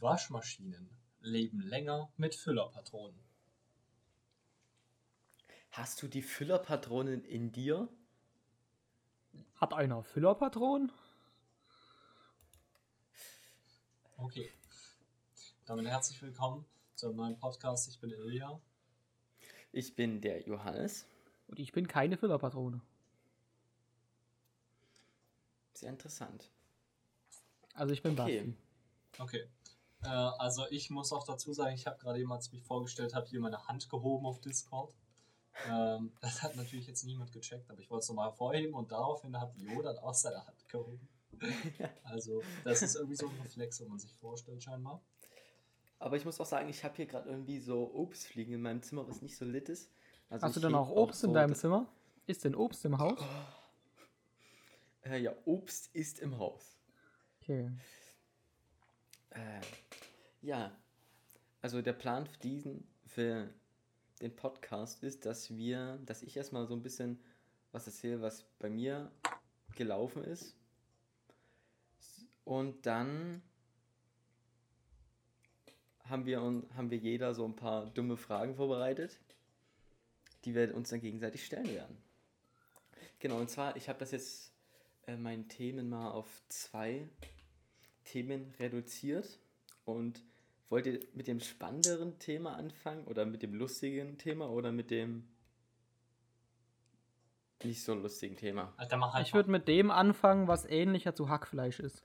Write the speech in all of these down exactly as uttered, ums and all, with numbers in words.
Waschmaschinen leben länger mit Füllerpatronen. Hast du die Füllerpatronen in dir? Hat einer Füllerpatronen? Okay. Damit herzlich willkommen zu einem neuen Podcast. Ich bin Ilja. Ich bin der Johannes. Und ich bin keine Füllerpatrone. Sehr interessant. Also ich bin Okay. Basti. Okay. Äh, also ich muss auch dazu sagen, ich habe gerade eben, als ich mich vorgestellt habe, hier meine Hand gehoben auf Discord. Ähm, das hat natürlich jetzt niemand gecheckt, aber ich wollte es nochmal hervorheben und daraufhin hat Jo dann auch seine Hand gehoben. Also das ist irgendwie so ein Reflex, wenn man sich vorstellt scheinbar. Aber ich muss auch sagen, ich habe hier gerade irgendwie so Obstfliegen in meinem Zimmer, was nicht so lit ist. Also Hast du ich denn heb auch Obst in so deinem das- Zimmer? Ist denn Obst im Haus? Äh, ja, Obst ist im Haus. Okay. Äh, ja, also der Plan für diesen, für den Podcast ist, dass wir, dass ich erstmal so ein bisschen was erzähle, was bei mir gelaufen ist. Und dann haben wir, un- haben wir jeder so ein paar dumme Fragen vorbereitet, die wir uns dann gegenseitig stellen werden. Genau, und zwar, ich habe das jetzt, äh, meinen Themen mal auf zwei Themen reduziert und wollt ihr mit dem spannenderen Thema anfangen oder mit dem lustigen Thema oder mit dem nicht so lustigen Thema? Alter, mach einfach. Ich würde mit dem anfangen, was ähnlicher zu Hackfleisch ist.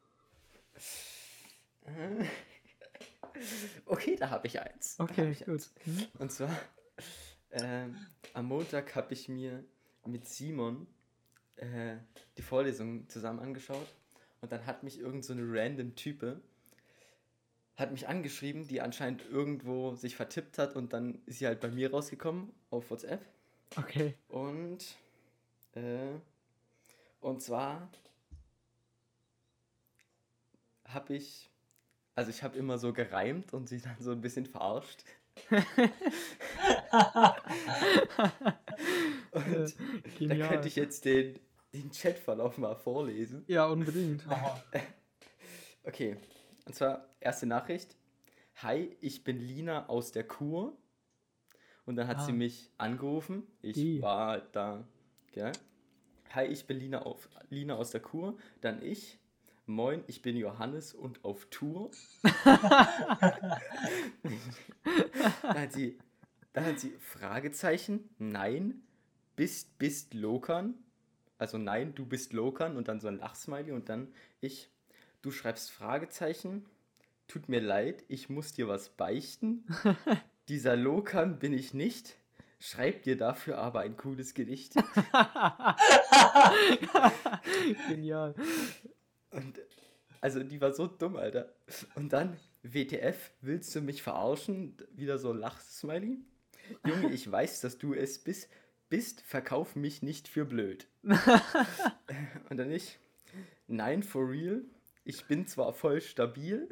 Okay, da habe ich eins. Da hab Okay, ich gut. eins. Mhm. Und zwar, ähm, am Montag habe ich mir mit Simon äh, die Vorlesung zusammen angeschaut und dann hat mich irgend so eine random Type hat mich angeschrieben, die anscheinend irgendwo sich vertippt hat und dann ist sie halt bei mir rausgekommen auf WhatsApp Okay. und äh, und zwar habe ich also ich habe immer so gereimt und sie dann so ein bisschen verarscht. Und Äh, da Genial. könnte ich jetzt den, den Chatverlauf mal vorlesen. Ja, unbedingt. Mach mal. Okay, und zwar erste Nachricht. Hi, ich bin Lina aus der Kur. Und dann hat Ah. sie mich angerufen. Ich Die. war da. Ja. Hi, ich bin Lina, auf, Lina aus der Kur. Dann ich. Moin, ich bin Johannes und auf Tour. Dann hat sie, dann hat sie Fragezeichen, nein, bist, bist Lokern. Also nein, du bist Lokern und dann so ein Lachsmiley und dann ich, du schreibst Fragezeichen, tut mir leid, ich muss dir was beichten. Dieser Lokern bin ich nicht, schreib dir dafür aber ein cooles Gedicht. Genial. Und also die war so dumm, Alter. Und dann W T F, willst du mich verarschen? Wieder so ein Lachsmiley. Junge, ich weiß, dass du es bist, bist, verkauf mich nicht für blöd. Und dann ich, nein, for real, ich bin zwar voll stabil,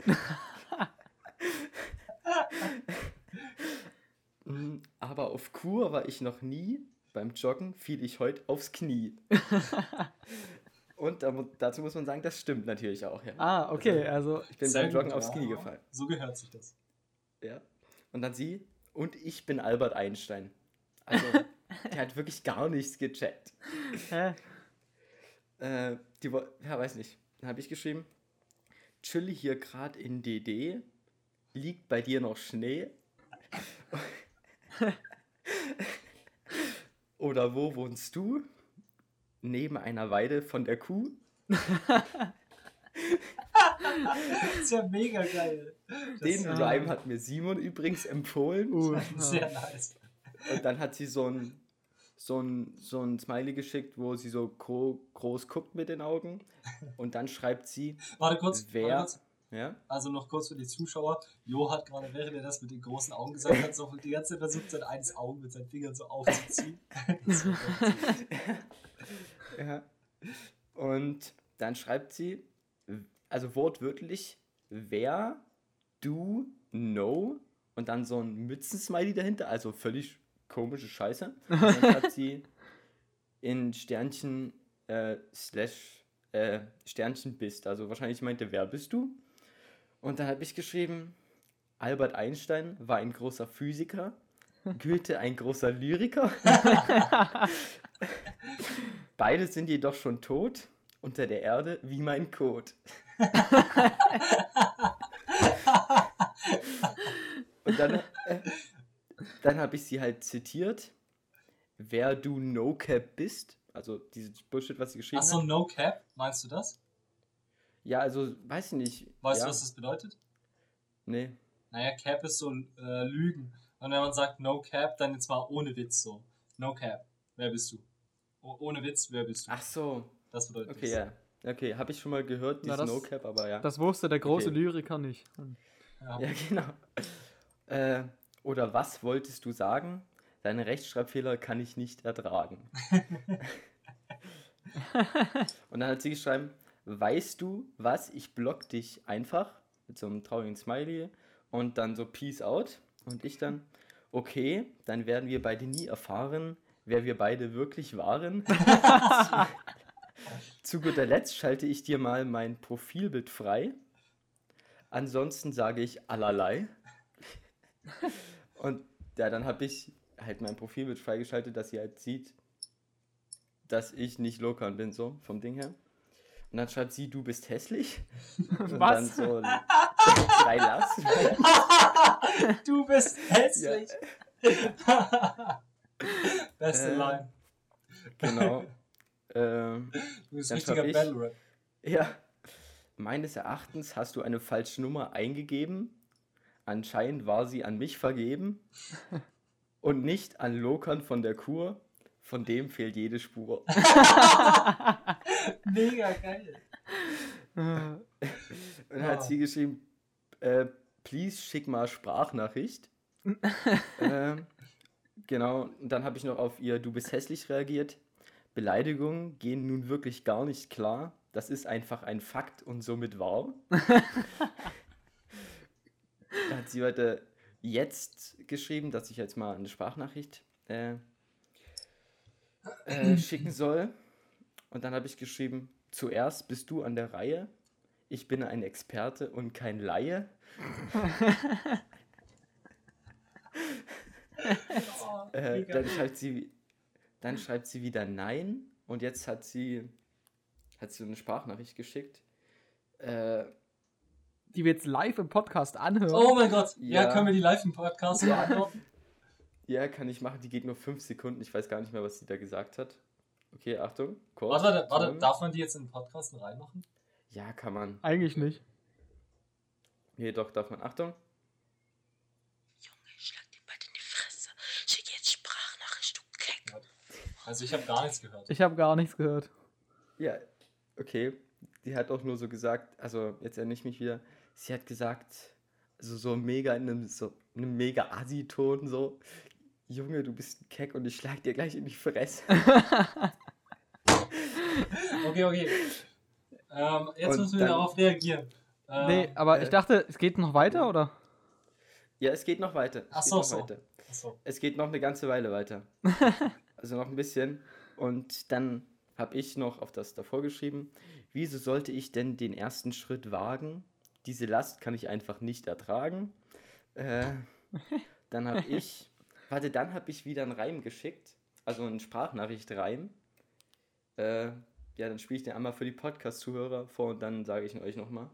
mm, aber auf Kur war ich noch nie, beim Joggen fiel ich heute aufs Knie. Und da, mu- dazu muss man sagen, das stimmt natürlich auch. Ja. Ah, okay, also Ich bin Sehr beim Joggen gut, aufs ja. Knie gefallen. So gehört sich das. Ja. Und dann sie, und ich bin Albert Einstein. Also, der hat wirklich gar nichts gecheckt. hä? Äh, die, wo- ja, weiß nicht. Dann habe ich geschrieben, chill hier gerade in D D, liegt bei dir noch Schnee? Oder wo wohnst du? Neben einer Weide von der Kuh? Das ist ja mega geil. Das Den ist Rhyme hat mir Simon übrigens empfohlen. Uh, sehr nice. Und dann hat sie so ein, so ein, so ein Smiley geschickt, wo sie so gro groß guckt mit den Augen. Und dann schreibt sie, Warte kurz, wer... warte kurz. Ja? Also noch kurz für die Zuschauer. Jo hat gerade, während er das mit den großen Augen gesagt hat, so die ganze Zeit versucht, sein eines Auge mit seinen Fingern so aufzuziehen. Das ist so witzig. Ja. Und dann schreibt sie, also wortwörtlich, wer, du, no, und dann so ein Mützen-Smiley dahinter, also völlig komische Scheiße. Und dann hat sie in Sternchen äh, slash äh, Sternchen bist, also wahrscheinlich meinte, wer bist du? Und dann habe ich geschrieben, Albert Einstein war ein großer Physiker, Goethe ein großer Lyriker. Beide sind jedoch schon tot, unter der Erde wie mein Kot. Und dann, äh, dann habe ich sie halt zitiert, wer du No Cap bist, also dieses Bullshit, was sie geschrieben Achso, hat. No Cap, meinst du das? Ja, also, weiß ich nicht. Weißt ja, du, was das bedeutet? Nee. Naja, Cap ist so äh, Lügen. Und wenn man sagt No Cap, dann jetzt mal ohne Witz so. No Cap, wer bist du? O- ohne Witz, wer bist du? Ach so. Das bedeutet Okay, das. ja. Okay, habe ich schon mal gehört, Na, dieses das- No Cap, aber ja. Das wusste der große Okay. Lyriker nicht. Ja. Ja, genau. Äh, oder was wolltest du sagen? Deine Rechtschreibfehler kann ich nicht ertragen. Und dann hat sie geschrieben, weißt du was, ich block dich einfach, mit so einem traurigen Smiley und dann so Peace out. Und ich dann, okay, dann werden wir beide nie erfahren, wer wir beide wirklich waren. Zu guter Letzt schalte ich dir mal mein Profilbild frei. Ansonsten sage ich allerlei. Und ja, dann habe ich halt mein Profilbild freigeschaltet, dass sie halt sieht, dass ich nicht Lokan bin, so vom Ding her. Und dann schreibt sie, du bist hässlich. Und Was? dann so drei Lachs. Du bist hässlich. Beste Äh, Line. Genau. ähm, Du bist dann richtiger schreib ich- Battle Rap. ja. Meines Erachtens hast du eine falsche Nummer eingegeben. Anscheinend war sie an mich vergeben. Und nicht an Lokan von der Kur. Von dem fehlt jede Spur. Mega geil. Äh, Und dann Ja. hat sie geschrieben, äh, please schick mal Sprachnachricht. ähm, genau, und dann habe ich noch auf ihr Du bist hässlich reagiert. Beleidigungen gehen nun wirklich gar nicht klar. Das ist einfach ein Fakt und somit wahr. Da hat sie heute jetzt geschrieben, dass ich jetzt mal eine Sprachnachricht äh, äh, schicken soll. Und dann habe ich geschrieben, zuerst bist du an der Reihe. Ich bin ein Experte und kein Laie. Oh, Äh, mega. dann, schreibt sie, dann schreibt sie wieder Nein. Und jetzt hat sie, hat sie so eine Sprachnachricht geschickt. Äh, die wir jetzt live im Podcast anhören. Oh mein Gott. Ja, Ja. können wir die live im Podcast beantworten? ja, kann ich machen. Die geht nur fünf Sekunden. Ich weiß gar nicht mehr, was sie da gesagt hat. Okay, Achtung. Kurz. Warte, warte, warte, Ton. darf man die jetzt in den Podcast reinmachen? Ja, kann man. Eigentlich nicht. Nee, doch, darf man. Achtung. Junge, schlag dir bald in die Fresse. Schick jetzt Sprachnachricht, du Keck. Also ich habe gar nichts gehört. Ich habe gar nichts gehört. Ja, okay. Die hat auch nur so gesagt, also jetzt erinnere ich mich wieder, sie hat gesagt, also so mega in einem, so einem mega Assi-Ton, so, Junge, du bist ein Keck und ich schlag dir gleich in die Fresse. Okay, okay. Ähm, jetzt Und müssen wir dann- darauf reagieren. Ähm, Nee, aber äh, ich dachte, es geht noch weiter, oder? Ja, es geht noch weiter. Es Ach geht so, noch so. weiter. Achso. Es geht noch eine ganze Weile weiter. Also noch ein bisschen. Und dann habe ich noch auf das davor geschrieben, wieso sollte ich denn den ersten Schritt wagen? Diese Last kann ich einfach nicht ertragen. Äh, dann habe ich, warte, dann habe ich wieder einen Reim geschickt, also einen Sprachnachricht-Reim. Äh, ja, dann spiele ich den einmal für die Podcast-Zuhörer vor und dann sage ich ihn euch nochmal.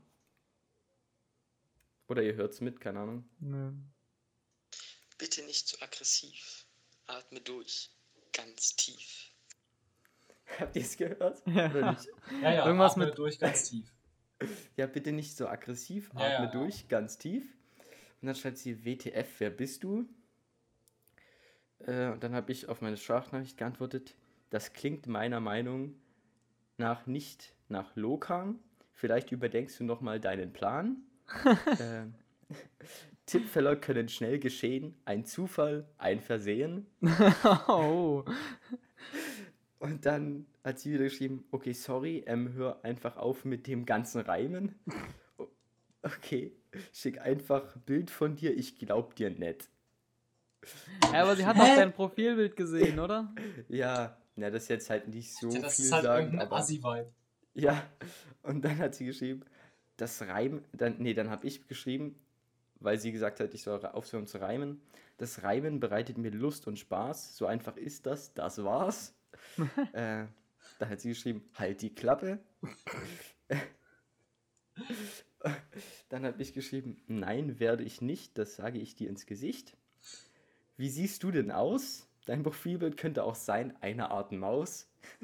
Oder ihr hört es mit, keine Ahnung. Nö. Bitte nicht so aggressiv. Atme durch. Ganz tief. Habt ihr es gehört? Ja. Oder nicht? Ja, ja, Irgendwas atme mit- durch ganz tief. Ja, bitte nicht so aggressiv, Ja, atme ja, ja. durch, ganz tief. Und dann schreibt sie, W T F, wer bist du? Äh, und dann habe ich auf meine Sprachnachricht geantwortet, das klingt meiner Meinung nach nicht nach Lokan. Vielleicht überdenkst du nochmal deinen Plan. äh, Tippfäller können schnell geschehen, ein Zufall, ein Versehen. Oh. Und dann hat sie wieder geschrieben, okay, sorry, ähm, hör einfach auf mit dem ganzen Reimen. O- Okay, schick einfach Bild von dir, ich glaub dir nicht. Ja, aber sie hat Hä? doch dein Profilbild gesehen, oder? Ja, na, das ist jetzt halt nicht so Ja, das viel ist halt sagen, irgendein aber Assi-Vibe. ja. Und dann hat sie geschrieben, das Reimen, dann, nee, dann habe ich geschrieben, weil sie gesagt hat, ich soll aufhören zu reimen. Das Reimen bereitet mir Lust und Spaß. So einfach ist das. Das war's. äh, da hat sie geschrieben, halt die Klappe. Dann habe ich geschrieben, nein, werde ich nicht. Das sage ich dir ins Gesicht. Wie siehst du denn aus? Dein Profilbild könnte auch sein, eine Art Maus.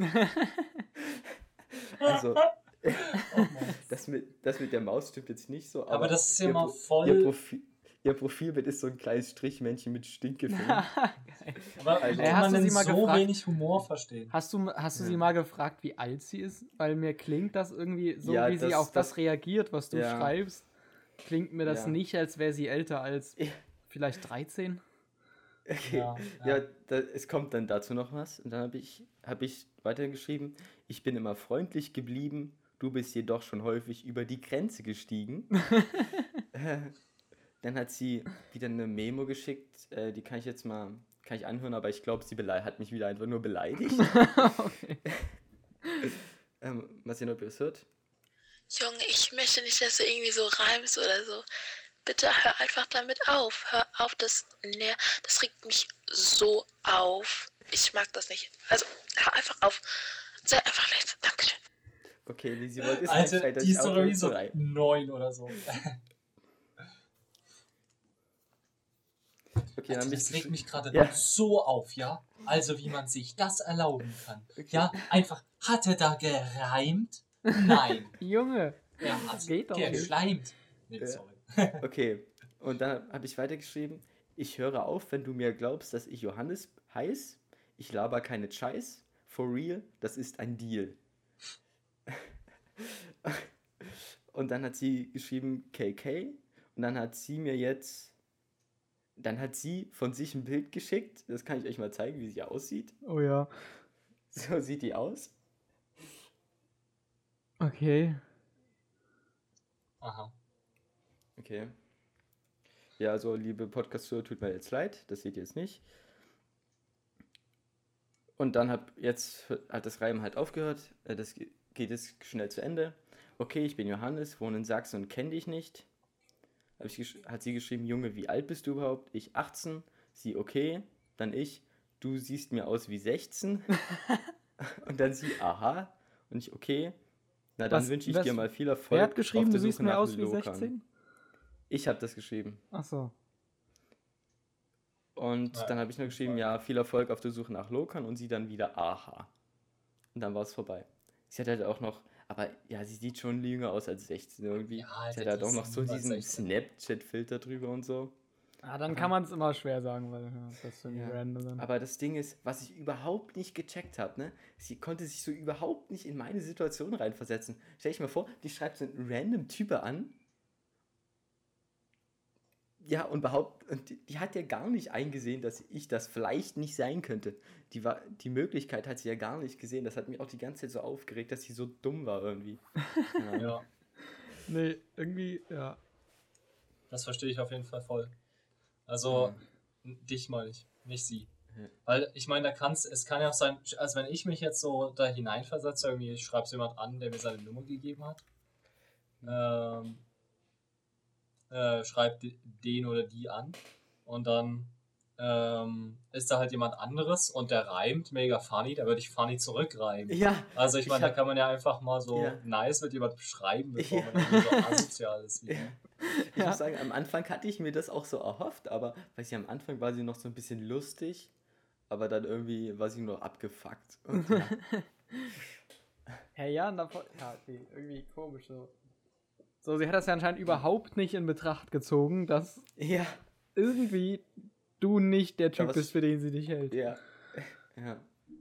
Also, das mit, das mit der Maus stimmt jetzt nicht so. Aber, Aber das ist ja ihr mal Pro- voll- Ihr, Profi- ihr Profilbild ist so ein kleines Strichmännchen mit Stinkgefühl. Aber Also- kann Ey, hast man du denn sie mal so gefragt? wenig Humor verstehen? Hast du, hast du Ja. sie mal gefragt, wie alt sie ist? Weil mir klingt das irgendwie, so Ja, wie sie das- auf das, das- reagiert, was du Ja. schreibst, klingt mir das Ja. nicht, als wäre sie älter als Ja. vielleicht dreizehn. Okay. Ja, Ja, ja. da, es kommt dann dazu noch was. Und dann habe ich, hab ich weitergeschrieben, ich bin immer freundlich geblieben, du bist jedoch schon häufig über die Grenze gestiegen. äh, dann hat sie wieder eine Memo geschickt, äh, die kann ich jetzt mal, kann ich anhören, aber ich glaube, sie belei- hat mich wieder einfach nur beleidigt. Okay. ähm, mal sehen, ob ihr es hört. Junge, ich möchte nicht, dass du irgendwie so reimst oder so. Bitte hör einfach damit auf. Hör auf, das, ne, das regt mich so auf. Ich mag das nicht. Also, hör einfach auf. Sei einfach leise. Dankeschön. Okay, Lisi, wollt ist Alter, Zeit, dass die ich ist doch aufhöre irgendwie zu so reimen. neun oder so. Okay, dann Also, hab ich das regt geschri- mich gerade Ja. so auf, ja? Also, wie man sich das erlauben kann. Okay. Ja, einfach, hat er da gereimt? Nein. Junge, Er hat geht doch nicht. geschleimt. Nee, Ja. sorry. Okay, und dann habe ich weitergeschrieben, ich höre auf, wenn du mir glaubst, dass ich Johannes heiß. Ich laber keine Scheiß. For real, das ist ein Deal. Und dann hat sie geschrieben K K. Und dann hat sie mir jetzt, dann hat sie von sich ein Bild geschickt. Das kann ich euch mal zeigen, wie sie aussieht. oh ja, So sieht die aus. okay. Aha. Okay. Ja, also liebe Podcast-Hörer, tut mir jetzt leid, das seht ihr jetzt nicht. Und dann hab jetzt hat das Reimen halt aufgehört. äh, Das ge- geht jetzt schnell zu Ende. Okay, ich bin Johannes, wohne in Sachsen und kenne dich nicht. Hab ich gesch- hat sie geschrieben, Junge, wie alt bist du überhaupt? Ich achtzehn. Sie, okay. Dann ich, du siehst mir aus wie sechzehn. Und dann sie, aha. Und ich, okay. Na, dann Was- wünsche ich was- dir mal viel Erfolg. Wer hat geschrieben, auf du der siehst Suche mir nach aus wie Lokern. sechzehn? Ich habe das geschrieben. Achso. Und Ja, dann habe ich nur geschrieben, voll. ja, viel Erfolg auf der Suche nach Lokern und sie dann wieder, aha. Und dann war es vorbei. Sie hat halt auch noch, aber ja, sie sieht schon jünger aus als sechzehn irgendwie. Ja, sie Alter, hat halt die auch noch ist so niemals diesen sechzehn. Snapchat-Filter drüber und so. Ah, dann kann man es immer schwer sagen, weil ja, das ist irgendwie Ja. random dann. Aber das Ding ist, was ich überhaupt nicht gecheckt habe, ne? Sie konnte sich so überhaupt nicht in meine Situation reinversetzen. Stell ich mir vor, die schreibt so einen random Type an. Ja, und behauptet, und die, die hat ja gar nicht eingesehen, dass ich das vielleicht nicht sein könnte. Die, war, die Möglichkeit hat sie ja gar nicht gesehen. Das hat mich auch die ganze Zeit so aufgeregt, dass sie so dumm war irgendwie. Ja. Ja, Nee, irgendwie, ja. das verstehe ich auf jeden Fall voll. Also, n- dich meine ich, nicht sie. Ja. Weil, ich meine, da kann's, es kann ja auch sein, also wenn ich mich jetzt so da hineinversetze, irgendwie, ich schreibe jemand an, der mir seine Nummer gegeben hat, ähm, äh, schreibt de- den oder die an und dann ähm, ist da halt jemand anderes und der reimt mega funny, da würde ich funny zurückreimen. Ja, Also ich Ich meine, da hab- kann man ja einfach mal so Ja. nice mit jemandem schreiben, bevor Ja. man irgendwie so asozial ist. Wie Ja. Ich Ja. muss sagen, am Anfang hatte ich mir das auch so erhofft, aber weil sie am Anfang war sie noch so ein bisschen lustig, aber dann irgendwie war sie nur abgefuckt. Und ja. Ja, ja, und davon, ja, nee, irgendwie komisch so. So, sie hat das ja anscheinend überhaupt nicht in Betracht gezogen, dass ja, irgendwie du nicht der Typ was- bist, für den sie dich hält. ja, ja.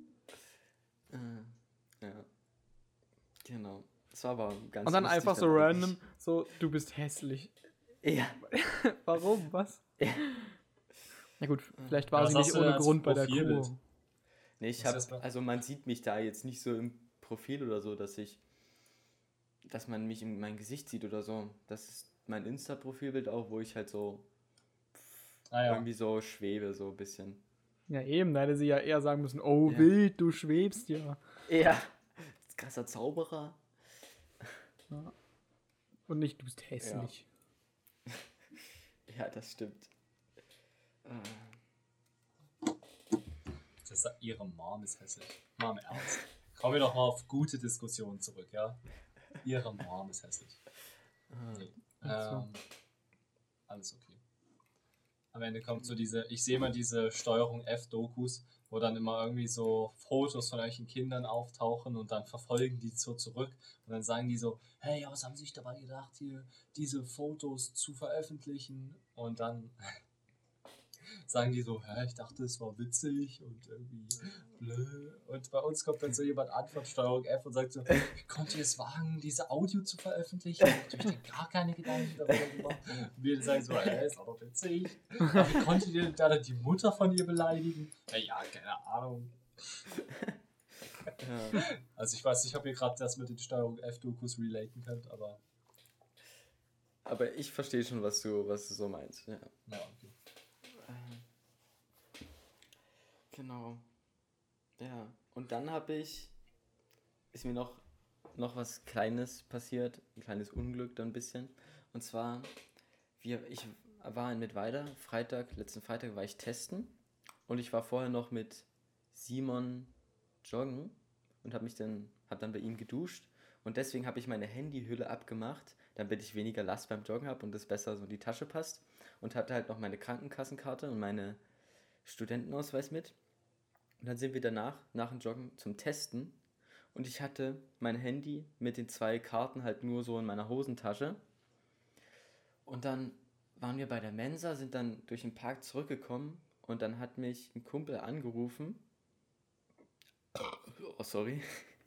Äh, ja. Genau. Das war aber ganz Und dann lustig einfach so eigentlich. random, so, du bist hässlich. Ja. Warum? Was? Ja. Na gut, vielleicht war Ja, sie was nicht hast du denn ohne als Grund bei der Profilbild? Crew. Nee, ich Was hab, ist das? also man sieht mich da jetzt nicht so im Profil oder so, dass ich, dass man mich in mein Gesicht sieht oder so. Das ist mein Insta-Profilbild auch, wo ich halt so Ah ja. irgendwie so schwebe, so ein bisschen. Ja, eben, da hätte sie ja eher sagen müssen, oh, Ja. wild, du schwebst ja. Ja. Krasser Zauberer. Ja. Und nicht, du bist hässlich. Ja, das stimmt. Äh, Das ist, ihre Mom ist hässlich. Mal im Ernst. Kommen wir doch mal auf gute Diskussionen zurück, ja? Ihre Mom ist hässlich. Nee. Ach so. Ähm, alles okay. Am Ende kommt so diese, ich sehe mal diese Steuerung F-Dokus, wo dann immer irgendwie so Fotos von irgendwelchen Kindern auftauchen und dann verfolgen die so zurück und dann sagen die so, hey, ja, was haben sie sich dabei gedacht, hier diese Fotos zu veröffentlichen? Und dann sagen die so, hä, ich dachte, es war witzig und irgendwie blö. Und bei uns kommt dann so jemand an von Steuerung F und sagt so, wie konnt ihr es wagen, diese Audio zu veröffentlichen? Habt ihr euch denn gar keine Gedanken darüber gemacht? Und wir sagen so, hä, ist aber witzig. Aber wie konntet ihr denn da dann die Mutter von ihr beleidigen? Ja, ja, keine Ahnung. ja. Also ich weiß nicht, ob ihr gerade das mit den Steuerung F-Dokus relaten könnt, aber Aber ich verstehe schon, was du, was du so meinst. Ja. ja, okay. Genau. Ja. Und dann habe ich, ist mir noch, noch was Kleines passiert, ein kleines Unglück dann ein bisschen. Und zwar, wir, ich war in Mittweida, Freitag, letzten Freitag war ich testen und ich war vorher noch mit Simon joggen und habe mich dann, habe dann bei ihm geduscht und deswegen habe ich meine Handyhülle abgemacht, damit ich weniger Last beim Joggen habe und das besser so in die Tasche passt und hatte halt noch meine Krankenkassenkarte und meine Studentenausweis mit. Und dann sind wir danach, nach dem Joggen, zum Testen. Und ich hatte mein Handy mit den zwei Karten halt nur so in meiner Hosentasche. Und dann waren wir bei der Mensa, sind dann durch den Park zurückgekommen. Und dann hat mich ein Kumpel angerufen. Oh, sorry.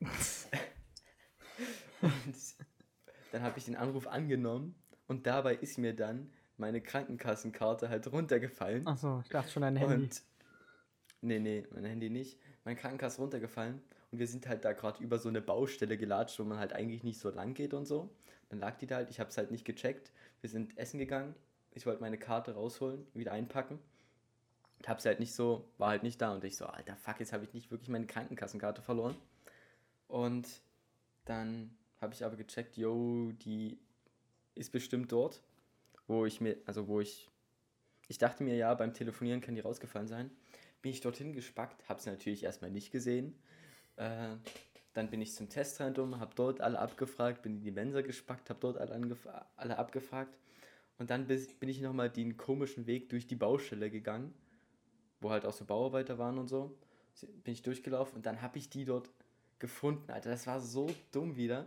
Und dann habe ich den Anruf angenommen. Und dabei ist mir dann meine Krankenkassenkarte halt runtergefallen. Achso, ich dachte schon ein Handy. Und nee, nee, mein Handy nicht. Mein Krankenkasse ist runtergefallen und wir sind halt da gerade über so eine Baustelle gelatscht, wo man halt eigentlich nicht so lang geht und so. Dann lag die da halt, ich habe es halt nicht gecheckt. Wir sind essen gegangen, ich wollte meine Karte rausholen, wieder einpacken. Ich habe sie halt nicht so, war halt nicht da und ich so, alter fuck, jetzt habe ich nicht wirklich meine Krankenkassenkarte verloren. Und dann habe ich aber gecheckt, yo, die ist bestimmt dort, wo ich mir, also wo ich, ich dachte mir, ja, beim Telefonieren kann die rausgefallen sein. Bin ich dorthin gespackt, habe es natürlich erstmal nicht gesehen. Äh, dann bin ich zum Testrandom, habe dort alle abgefragt, bin in die Mensa gespackt, habe dort alle, angef- alle abgefragt. Und dann bis, bin ich nochmal den komischen Weg durch die Baustelle gegangen, wo halt auch so Bauarbeiter waren und so. Bin ich durchgelaufen und dann habe ich die dort gefunden. Alter, das war so dumm wieder.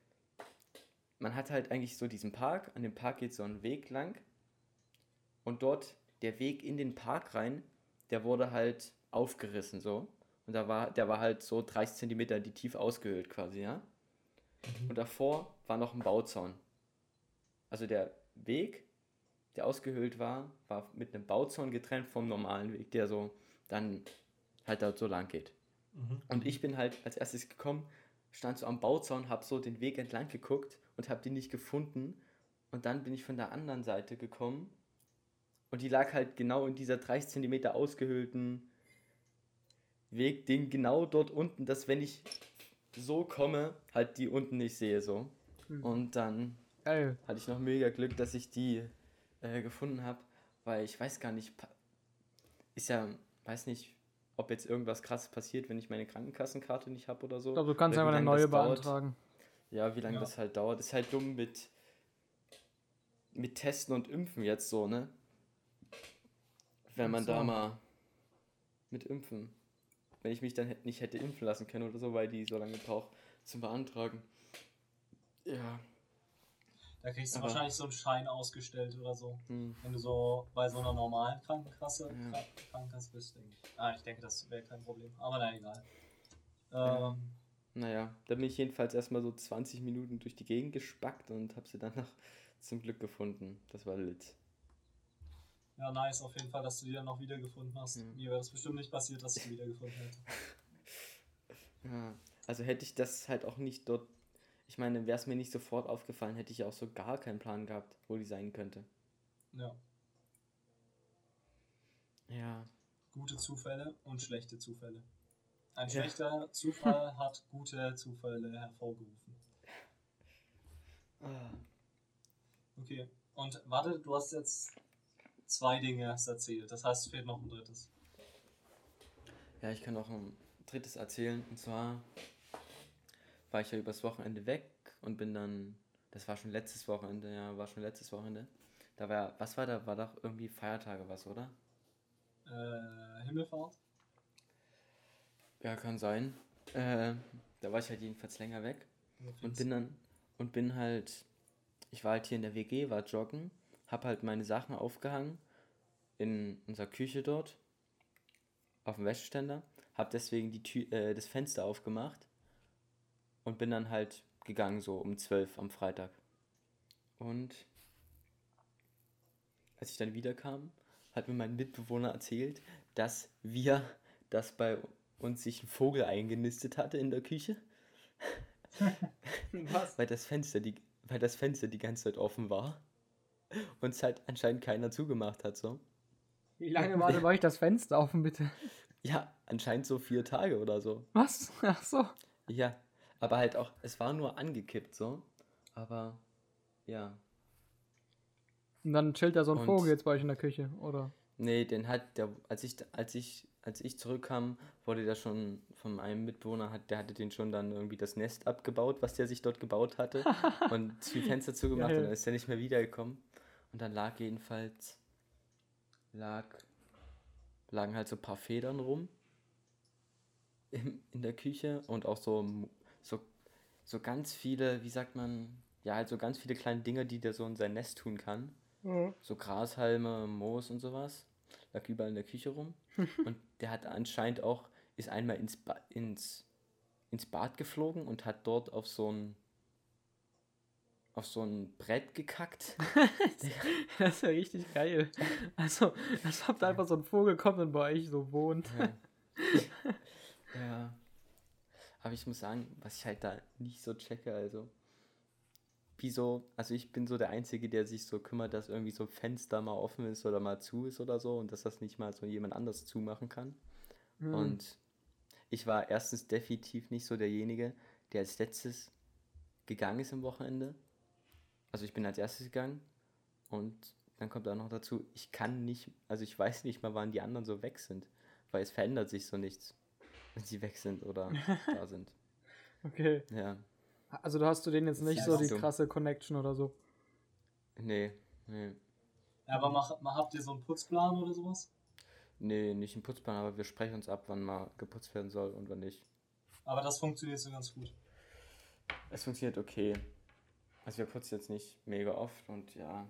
Man hat halt eigentlich so diesen Park, an dem Park geht so ein Weg lang. Und dort, der Weg in den Park rein, der wurde halt aufgerissen so. Und da war, der war halt so dreißig Zentimeter in die Tiefe ausgehöhlt quasi, ja. Mhm. Und davor war noch ein Bauzaun. Also der Weg, der ausgehöhlt war, war mit einem Bauzaun getrennt vom normalen Weg, der so dann halt dort so lang geht. Mhm. Und ich bin halt als erstes gekommen, stand so am Bauzaun, hab so den Weg entlang geguckt und hab den nicht gefunden. Und dann bin ich von der anderen Seite gekommen. Und die lag halt genau in dieser dreißig Zentimeter ausgehöhlten Wegding, genau dort unten, dass wenn ich so komme, halt die unten nicht sehe, so. Mhm. Und dann Geil. Hatte ich noch mega Glück, dass ich die äh, gefunden habe, weil ich weiß gar nicht, ist ja, weiß nicht, ob jetzt irgendwas krasses passiert, wenn ich meine Krankenkassenkarte nicht habe oder so. Ich glaube, du kannst einfach eine neue beantragen. Ja, wie lange ja. das halt dauert. Ist halt dumm mit, mit Testen und Impfen jetzt so, ne? Wenn man so. da mal mit Impfen, wenn ich mich dann nicht hätte impfen lassen können oder so, weil die so lange braucht zum Beantragen. Ja. Da kriegst du Aber, wahrscheinlich so einen Schein ausgestellt oder so. Hm. Wenn du so bei so einer normalen Krankenkasse, ja. Krankenkasse bist, denke ich. Ah, ich denke, das wäre kein Problem. Aber na egal. Ja. Ähm, naja, da bin ich jedenfalls erstmal so zwanzig Minuten durch die Gegend gespackt und habe sie dann noch zum Glück gefunden. Das war lit. Ja, nice, auf jeden Fall, dass du die dann noch wiedergefunden hast. Ja. Mir wäre das bestimmt nicht passiert, dass ich die wiedergefunden hätte. Ja, also hätte ich das halt auch nicht dort, ich meine, wäre es mir nicht sofort aufgefallen, hätte ich auch so gar keinen Plan gehabt, wo die sein könnte. Ja. Ja. Gute Zufälle und schlechte Zufälle. Ein ja. schlechter Zufall hat gute Zufälle hervorgerufen. Ah. Okay. Und warte, du hast jetzt zwei Dinge erst erzählt. Das heißt, es fehlt noch ein drittes. Ja, ich kann noch ein drittes erzählen. Und zwar war ich ja übers Wochenende weg und bin dann, das war schon letztes Wochenende, ja, war schon letztes Wochenende. Da war, was war da? War doch irgendwie Feiertage was, oder? Äh, Himmelfahrt? Ja, kann sein. Äh, da war ich halt jedenfalls länger weg und bin dann, und bin halt, ich war halt hier in der W G, war joggen, hab halt meine Sachen aufgehangen in unserer Küche dort, auf dem Wäscheständer, hab deswegen die Tür, äh, das Fenster aufgemacht und bin dann halt gegangen, so um zwölf am Freitag. Und als ich dann wiederkam, hat mir mein Mitbewohner erzählt, dass wir, dass bei uns sich ein Vogel eingenistet hatte in der Küche. Was? weil das Fenster die, weil das Fenster die ganze Zeit offen war und es halt anscheinend keiner zugemacht hat, so. Wie lange war denn bei euch das Fenster offen, bitte? Ja, anscheinend so vier Tage oder so. Was? Ach so. Ja, aber halt auch, es war nur angekippt, so. Aber, ja. Und dann chillt da so ein Und- Vogel jetzt bei euch in der Küche, oder? Nee, den hat der, als ich, als ich, als ich zurückkam, wurde der schon von einem Mitbewohner, hat, der hatte den schon dann irgendwie das Nest abgebaut, was der sich dort gebaut hatte und die Fenster zugemacht Geil. und dann ist er nicht mehr wiedergekommen. Und dann lag jedenfalls, lag, lagen halt so ein paar Federn rum in, in der Küche und auch so, so, so ganz viele, wie sagt man, ja, halt so ganz viele kleine Dinge, die der so in sein Nest tun kann. So Grashalme, Moos und sowas. Lag überall in der Küche rum. Und der hat anscheinend auch, ist einmal ins, ba ins, ins Bad geflogen und hat dort auf so ein auf so ein Brett gekackt. Das ist ja richtig geil. Also, als ob da einfach so ein Vogel kommt und bei euch so wohnt. Ja. Ja. Aber ich muss sagen, was ich halt da nicht so checke, also wieso, also ich bin so der Einzige, der sich so kümmert, dass irgendwie so ein Fenster mal offen ist oder mal zu ist oder so und dass das nicht mal so jemand anders zumachen kann. Hm. Und ich war erstens definitiv nicht so derjenige, der als letztes gegangen ist am Wochenende. Also ich bin als erstes gegangen und dann kommt auch noch dazu, ich kann nicht, also ich weiß nicht mal, wann die anderen so weg sind, weil es verändert sich so nichts, wenn sie weg sind oder da sind. Okay. Ja, Also du hast du denen jetzt nicht Ja, so das die ist dumm. krasse Connection oder so. nee, nee, Ja, aber mach, mach, habt ihr so einen Putzplan oder sowas? nee, nicht im Putzplan, aber wir sprechen uns ab, wann mal geputzt werden soll und wann nicht. Aber das funktioniert so ganz gut. Es funktioniert okay. Also wir putzen jetzt nicht mega oft und ja,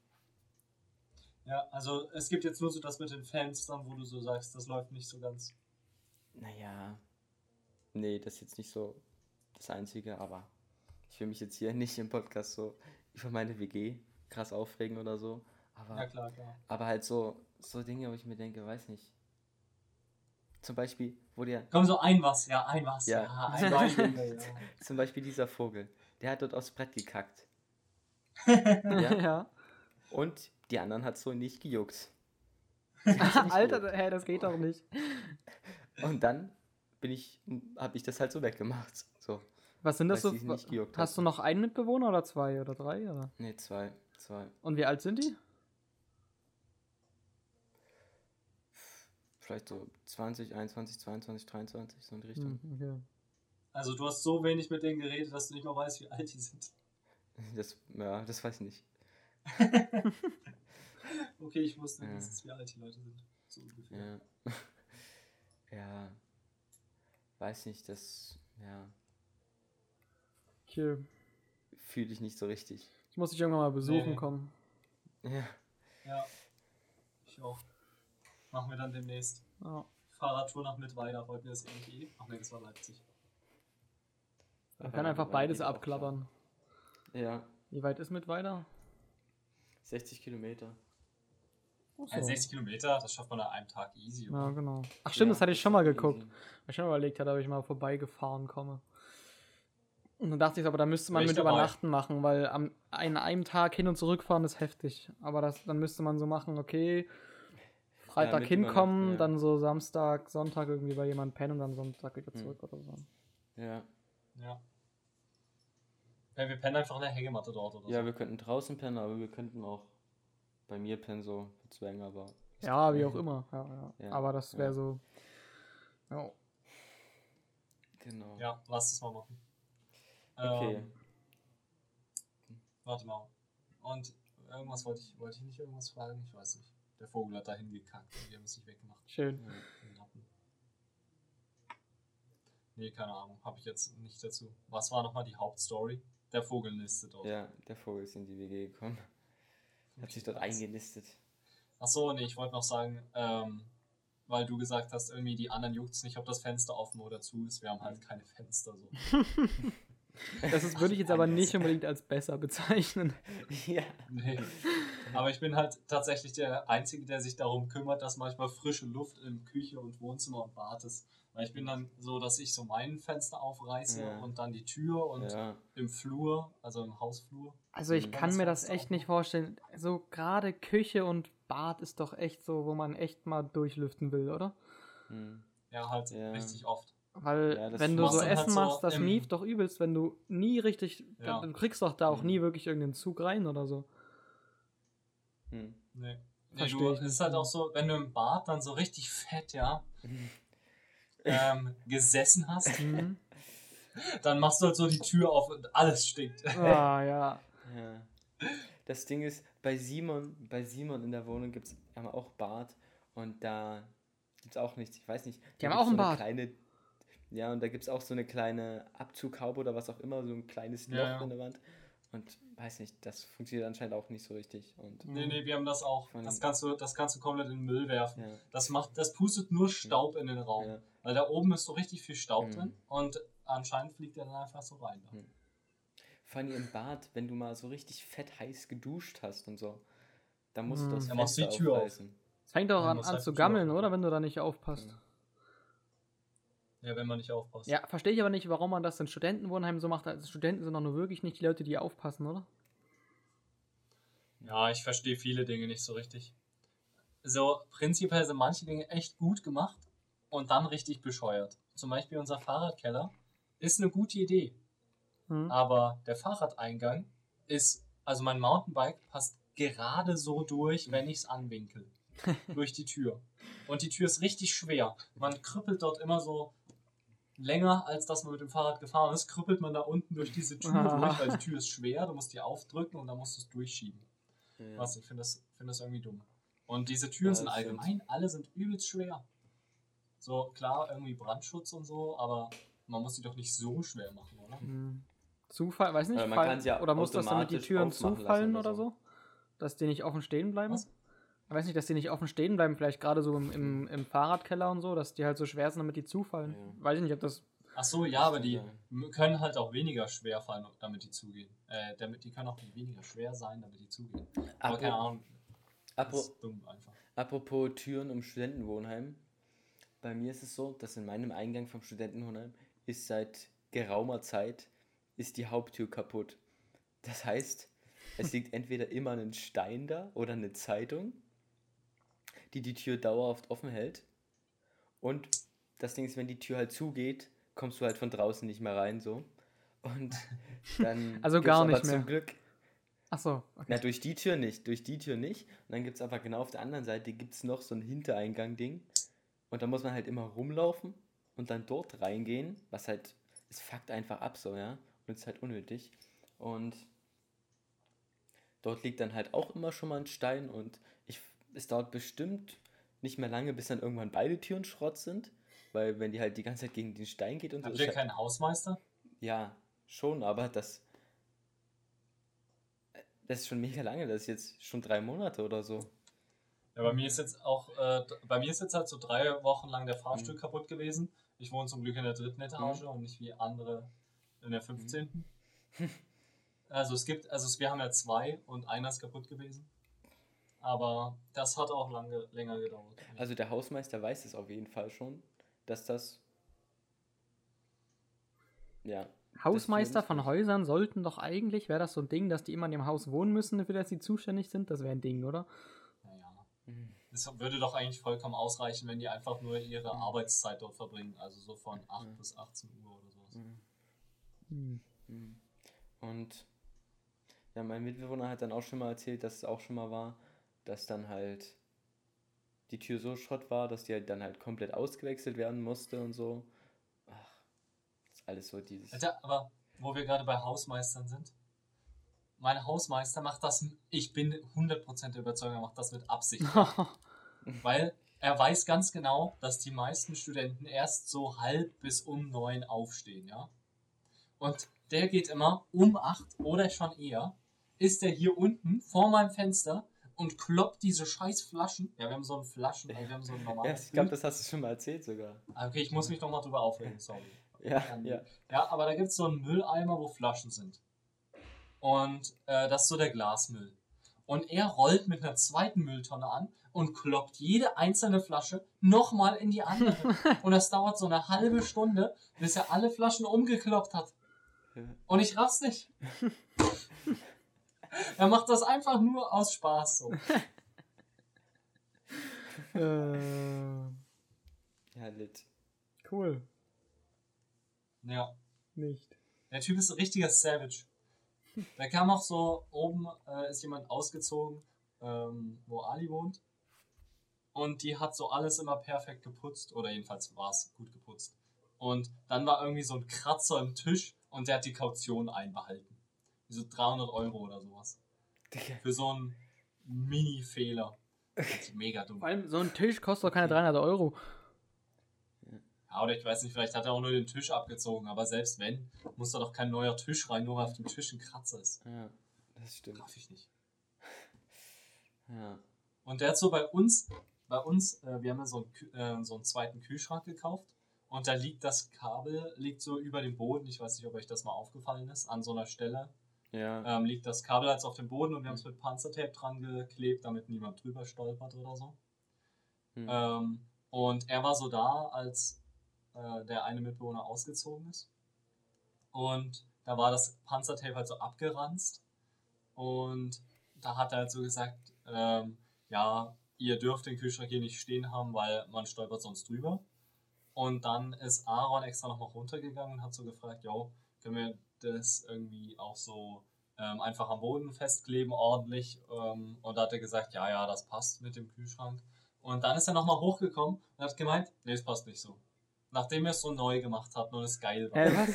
Ja, also es gibt jetzt nur so das mit den Fenstern, wo du so sagst, das läuft nicht so ganz. naja, nee, das ist jetzt nicht so das Einzige, aber ich will mich jetzt hier nicht im Podcast so über meine W G krass aufregen oder so, aber, Ja, klar, klar. aber halt so, so Dinge, wo ich mir denke, weiß nicht. Zum Beispiel, wo der, Komm, so ein was, ja, ein was. Ja. Ja, ein Beispiel. Ja. zum Beispiel dieser Vogel, der hat dort aufs Brett gekackt. Ja. Ja. Und die anderen hat so nicht gejuckt. Alter, hey, das geht doch nicht. Und dann bin ich, habe ich das halt so weggemacht. So, Was sind das Weil so? sie sie nicht gejuckt Hast hat. du noch einen Mitbewohner oder zwei oder drei? Oder? nee, zwei, zwei. Und wie alt sind die? Vielleicht so zwanzig, einundzwanzig, zweiundzwanzig, dreiundzwanzig, so in die Richtung. Hm, okay. Also du hast so wenig mit denen geredet, dass du nicht mal weißt, wie alt die sind. Das, ja, das weiß ich nicht. Okay, ich wusste Ja. wenigstens, wie alt die Leute sind. So ungefähr. Ja. Ja. Weiß nicht, das, ja, Okay. fühle ich nicht so richtig. Ich muss dich irgendwann mal besuchen Nee. kommen. Ja. Ja. Ich auch. Machen wir dann demnächst. Ja. Fahrradtour nach Mittweida. Wollten wir das irgendwie? Ach ne, das war Leipzig. Man kann einfach beides abklappern. Ja, Wie weit ist mit weiter? sechzig Kilometer. Ja, sechzig Kilometer, das schafft man an einem Tag easy. Ja, Oder? genau. Ach stimmt, Ja, das hatte ich ist schon mal easy. geguckt. Weil ich schon überlegt hatte, ob ich mal vorbeigefahren komme. Und dann dachte ich, aber da müsste man Bin ich mit dabei. Übernachten machen, weil am, an einem Tag hin und zurückfahren ist heftig. Aber das, dann müsste man so machen, okay, Freitag mit hinkommen, Übernachten, ja. dann so Samstag, Sonntag irgendwie bei jemandem pennen und dann Sonntag wieder Hm. zurück oder so. Ja. Ja. Ja, wir pennen einfach in der Hängematte dort oder Ja, so. wir könnten draußen pennen, aber wir könnten auch bei mir pennen, so für Zwänge, aber. Ja, wie auch immer. Ja, ja. Ja, Aber das wäre ja. so. Ja. Genau. Ja, lass das mal machen. Okay. Ähm, warte mal. Und irgendwas wollte ich, wollte ich nicht irgendwas fragen? Ich weiß nicht. Der Vogel hat da hingekackt und wir haben es nicht weggemacht. Schön. Ja. Den Lappen. Nee, keine Ahnung. Habe ich jetzt nicht dazu. Was war nochmal die Hauptstory? Der Vogel nistet dort. Ja, der Vogel ist in die W G gekommen. Hat sich dort Okay, nice. eingenistet. Achso, nee, ich wollte noch sagen, ähm, weil du gesagt hast, irgendwie die anderen juckt es nicht, ob das Fenster offen oder zu ist. Wir haben halt keine Fenster so. Das ist, würde ich jetzt aber nicht unbedingt als besser bezeichnen. Ja. Nee. Aber ich bin halt tatsächlich der Einzige, der sich darum kümmert, dass manchmal frische Luft in Küche und Wohnzimmer und Bad ist. Weil ich bin dann so, dass ich so mein Fenster aufreiße Ja. und dann die Tür und Ja. im Flur, also im Hausflur. Also ich Mhm. kann Das mir das Fenster echt auch nicht noch. vorstellen. So gerade Küche und Bad ist doch echt so, wo man echt mal durchlüften will, oder? Hm. Ja, halt Ja. richtig oft. Weil Ja, das wenn du machst so dann halt Essen so machst, das im- mieft doch übelst, wenn du nie richtig, Ja. du kriegst doch da auch Mhm. nie wirklich irgendeinen Zug rein oder so. Hm. Nee. Nee, Versteh du, ich nicht. ist halt auch so, wenn du im Bad dann so richtig fett, ja, ähm, gesessen hast, Mhm. dann machst du halt so die Tür auf und alles stinkt. Ah, ja. Ja. Das Ding ist, bei Simon, bei Simon in der Wohnung gibt es auch Bad und da gibt es auch nichts, ich weiß nicht. Die da haben gibt's auch ein so eine Bad. Kleine, ja, und da gibt es auch so eine kleine Abzughaube oder was auch immer, so ein kleines Ja, Loch ja. in der Wand. Und weiß nicht, das funktioniert anscheinend auch nicht so richtig. Und Nee, nee, wir haben das auch. Von Das den- kannst du, das kannst du komplett in den Müll werfen. ja, Das macht, das pustet nur Staub in den Raum. ja. Weil da oben ist so richtig viel Staub Mhm. drin und anscheinend fliegt der dann einfach so rein. Da. Mhm. Vor allem im Bad, wenn du mal so richtig fett heiß geduscht hast und so, dann musst du Mhm. das Dann machst du die Fenster Tür auf. aufreißen. Es fängt auch Ja, an, muss an halt zu die Tür gammeln, aufmachen. oder? Wenn du da nicht aufpasst. Ja. Ja, wenn man nicht aufpasst. Ja, verstehe ich aber nicht, warum man das in Studentenwohnheimen so macht. Also Studenten sind doch nur wirklich nicht die Leute, die aufpassen, oder? Ja, ich verstehe viele Dinge nicht so richtig. So, prinzipiell sind manche Dinge echt gut gemacht und dann richtig bescheuert. Zum Beispiel unser Fahrradkeller ist eine gute Idee, Hm. aber der Fahrradeingang ist, also mein Mountainbike passt gerade so durch, wenn ich es anwinkel. Durch die Tür. Und die Tür ist richtig schwer. Man krüppelt dort immer so länger, als dass man mit dem Fahrrad gefahren ist, krüppelt man da unten durch diese Tür Ah. durch, weil die Tür ist schwer, du musst die aufdrücken und dann musst du es durchschieben. Ja. Was, ich finde das, find das irgendwie dumm. Und diese Türen Ja, sind das allgemein, alle sind übelst schwer. So, klar, irgendwie Brandschutz und so, aber man muss die doch nicht so schwer machen, oder? Hm. Zufall, weiß nicht, Oder man fall- kann sie ja oder muss das damit die automatisch Türen aufmachen lassen zufallen oder oder so. so? Dass die nicht offen stehen bleiben? Was? Ich weiß nicht, dass die nicht offen stehen bleiben, vielleicht gerade so im, im, im Fahrradkeller und so, dass die halt so schwer sind, damit die zufallen. Ja. Weiß ich nicht, ob das. Ach so, ja, Das aber kann die sein. m- können halt auch weniger schwer fallen, damit die zugehen. Äh, damit, die können auch weniger schwer sein, damit die zugehen. Aber keine Apro- Ahnung, das apro- ist dumm einfach. Apropos Türen im Studentenwohnheim. Bei mir ist es so, dass in meinem Eingang vom Studentenwohnheim ist seit geraumer Zeit ist die Haupttür kaputt. Das heißt, es liegt entweder immer ein Stein da oder eine Zeitung, die die Tür dauerhaft offen hält. Und das Ding ist, wenn die Tür halt zugeht, kommst du halt von draußen nicht mehr rein so. Und dann Also gibt's gar aber nicht mehr. zum Glück Achso, okay. na, durch die Tür nicht, durch die Tür nicht. Und dann gibt es aber genau auf der anderen Seite gibt es noch so ein Hintereingang-Ding. Und da muss man halt immer rumlaufen und dann dort reingehen, was halt, es fuckt einfach ab so, ja. Und es ist halt unnötig. Und dort liegt dann halt auch immer schon mal ein Stein und ich, es dauert bestimmt nicht mehr lange, bis dann irgendwann beide Türen Schrott sind. Weil wenn die halt die ganze Zeit gegen den Stein geht und so. Habt ist ihr halt, keinen Hausmeister? ja, schon, aber das. Das ist schon mega lange, das ist jetzt schon drei Monate oder so. Ja, bei mir ist jetzt auch, äh, d- bei mir ist jetzt halt so drei Wochen lang der Fahrstuhl Mhm. kaputt gewesen. Ich wohne zum Glück in der dritten Etage und nicht wie andere in der fünfzehnten. Also es gibt, also es, wir haben ja zwei und einer ist kaputt gewesen. Aber das hat auch lange, länger gedauert. Also der Hausmeister weiß es auf jeden Fall schon, dass das. Ja. Hausmeister das von nicht- Häusern sollten doch eigentlich, wäre das so ein Ding, dass die immer in dem Haus wohnen müssen, für das sie zuständig sind? Das wäre ein Ding, oder? Naja. Mhm. Es würde doch eigentlich vollkommen ausreichen, wenn die einfach nur ihre Arbeitszeit dort verbringen. Also so von acht Mhm. bis achtzehn Uhr oder sowas. Mhm. Hm. Mhm. Und ja, mein Mitbewohner hat dann auch schon mal erzählt, dass es auch schon mal war, dass dann halt die Tür so Schrott war, dass die halt dann halt komplett ausgewechselt werden musste und so. Ach, das ist alles so dieses... Alter, aber wo wir gerade bei Hausmeistern sind, mein Hausmeister macht das, ich bin hundert Prozent der Überzeugung, er macht das mit Absicht. Weil er weiß ganz genau, dass die meisten Studenten erst so halb bis um neun aufstehen, ja. Und der geht immer um acht oder schon eher, ist er hier unten vor meinem Fenster und kloppt diese scheiß Flaschen. Ja, wir haben so einen Flaschen, also wir haben so einen Ja, normalen. ich glaube, das hast du schon mal erzählt sogar. Okay, ich muss mich noch mal drüber aufregen, sorry. Ja, ja. Ja, aber da gibt es so einen Mülleimer, wo Flaschen sind. Und äh, das ist so der Glasmüll. Und er rollt mit einer zweiten Mülltonne an und kloppt jede einzelne Flasche nochmal in die andere. Und das dauert so eine halbe Stunde, bis er alle Flaschen umgekloppt hat. Und ich raff's nicht. Er macht das einfach nur aus Spaß so. äh, Ja, lit. cool. Ja. Nicht. Der Typ ist ein richtiger Savage. Da kam auch so, oben äh, ist jemand ausgezogen, ähm, wo Ali wohnt. Und die hat so alles immer perfekt geputzt. Oder jedenfalls war es gut geputzt. Und dann war irgendwie so ein Kratzer im Tisch und der hat die Kaution einbehalten. So dreihundert Euro oder sowas. Für so einen Mini-Fehler. Das ist mega dumm. Vor allem, so ein Tisch kostet doch keine dreihundert Euro. Ja, oder ich weiß nicht, vielleicht hat er auch nur den Tisch abgezogen. Aber selbst wenn, muss da doch kein neuer Tisch rein, nur weil auf dem Tisch ein Kratzer ist. Ja, das stimmt. Darf ich nicht. Ja. Und der hat so bei uns, bei uns, äh, wir haben ja so einen, Kü- äh, so einen zweiten Kühlschrank gekauft und da liegt das Kabel, liegt so über dem Boden, ich weiß nicht, ob euch das mal aufgefallen ist, an so einer Stelle Ja. ähm, liegt das Kabel jetzt auf dem Boden und wir haben es mit Panzertape dran geklebt, damit niemand drüber stolpert oder so. Hm. Ähm, und er war so da, als äh, der eine Mitbewohner ausgezogen ist und da war das Panzertape halt so abgeranzt und da hat er halt so gesagt, ähm, ja, ihr dürft den Kühlschrank hier nicht stehen haben, weil man stolpert sonst drüber. Und dann ist Aaron extra nochmal runtergegangen und hat so gefragt, jo, können wir das irgendwie auch so ähm, einfach am Boden festkleben, ordentlich. Ähm, und da hat er gesagt, ja, ja, das passt mit dem Kühlschrank. Und dann ist er nochmal hochgekommen und hat gemeint, nee, es passt nicht so. Nachdem er es so neu gemacht hat und es geil war. Hä, was?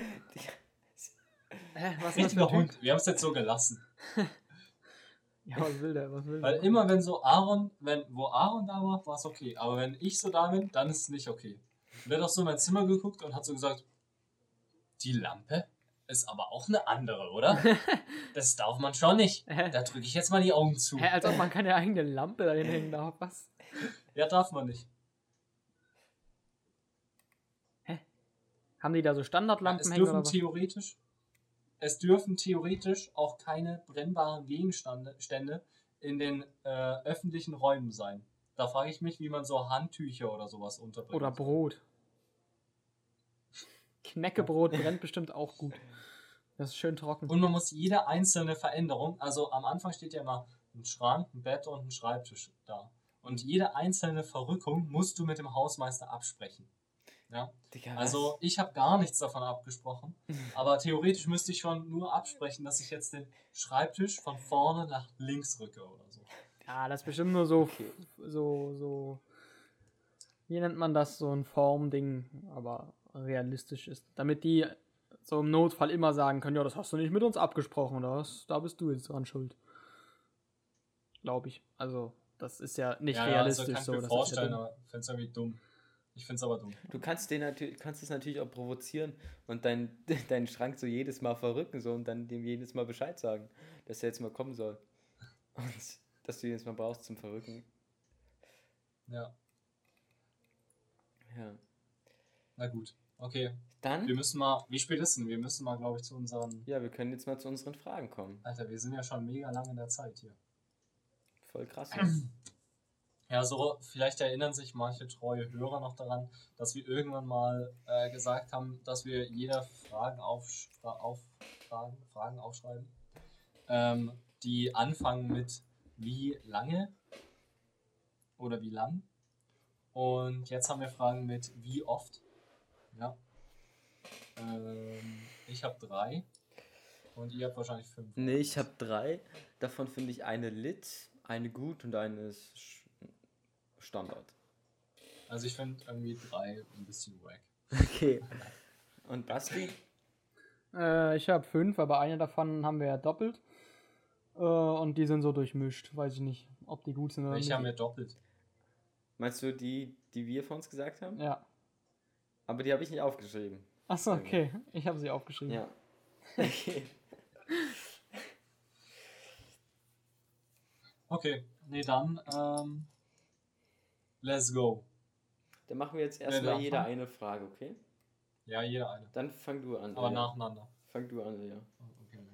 Hä, was ist das für Richtiger ein Typ? Hund. Wir haben es jetzt so gelassen. Ja, was will der? Was will Weil der? immer wenn so Aaron, wenn, wo Aaron da war, war es okay. Aber wenn ich so da bin, dann ist es nicht okay. Und er hat auch so in mein Zimmer geguckt und hat so gesagt, die Lampe ist aber auch eine andere, oder? Das darf man schon nicht. Hä? Da drücke ich jetzt mal die Augen zu. Hä, als ob man keine eigene Lampe dahin hängen darf. Was? Ja, darf man nicht. Haben die da so Ja, Standardlampen es hängen dürfen oder was? theoretisch, es dürfen theoretisch auch keine brennbaren Gegenstände Stände in den äh, öffentlichen Räumen sein. Da frage ich mich, wie man so Handtücher oder sowas unterbringt. Oder Brot. Knäckebrot brennt bestimmt auch gut. Das ist schön trocken. Und man muss jede einzelne Veränderung, also am Anfang steht ja immer ein Schrank, ein Bett und ein Schreibtisch da. Und jede einzelne Verrückung musst du mit dem Hausmeister absprechen. Ja? Digga, was? Also ich habe gar nichts davon abgesprochen, aber theoretisch müsste ich schon nur absprechen, dass ich jetzt den Schreibtisch von vorne nach links rücke oder so. Ja, das ist bestimmt nur so, so, so, wie nennt man das, so ein Formding, aber realistisch ist. Damit die so im Notfall immer sagen können, ja, das hast du nicht mit uns abgesprochen, oder was? Da bist du jetzt dran schuld. Glaube ich. Also, das ist ja nicht ja, realistisch also kann ich so. mir Das vorstellen, ist ja dumm. aber ich finde es irgendwie dumm. Ich finde es aber dumm. Du kannst den natürlich, kannst es natürlich auch provozieren und dein, deinen Schrank so jedes Mal verrücken so und dann dem jedes Mal Bescheid sagen, dass er jetzt mal kommen soll. Und dass du ihn jetzt mal brauchst zum Verrücken. Ja, Ja. na gut. Okay, wir Dann, müssen mal, wie spät ist denn? Wir müssen mal, glaube ich, zu unseren... ja, wir können jetzt mal zu unseren Fragen kommen. Alter, wir sind ja schon mega lang in der Zeit hier. Voll krass. Ja, so vielleicht erinnern sich manche treue Hörer noch daran, dass wir irgendwann mal äh, gesagt haben, dass wir jeder Fragen, aufschra- auftragen, Fragen aufschreiben, ähm, die anfangen mit wie lange oder wie lang. Und jetzt haben wir Fragen mit wie oft. Ja. Ähm, ich habe drei. Und ihr habt wahrscheinlich fünf. Nee, ich habe drei. Davon finde ich eine lit, eine gut und eine ist Sch- Standard. Also ich finde irgendwie drei ein bisschen wack. Okay. Und Basti? Äh, ich habe fünf, aber eine davon haben wir ja doppelt. Äh, und die sind so durchmischt. Weiß ich nicht, ob die gut sind oder Ich nicht. habe mir doppelt. Meinst du die, die wir von uns gesagt haben? Ja. Aber die habe ich nicht aufgeschrieben. Achso, okay. Ich habe sie aufgeschrieben. Ja. Okay. Okay, nee, dann ähm, let's go. Dann machen wir jetzt Wer erstmal will jeder anfangen? eine Frage, okay? Ja, jeder eine. Dann fang du an. Aber ja. nacheinander. Fang du an, ja. Okay, okay.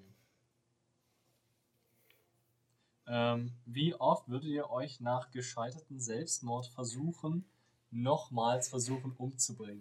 Ähm, wie oft würdet ihr euch nach gescheiterten Selbstmordversuchen nochmals versuchen umzubringen?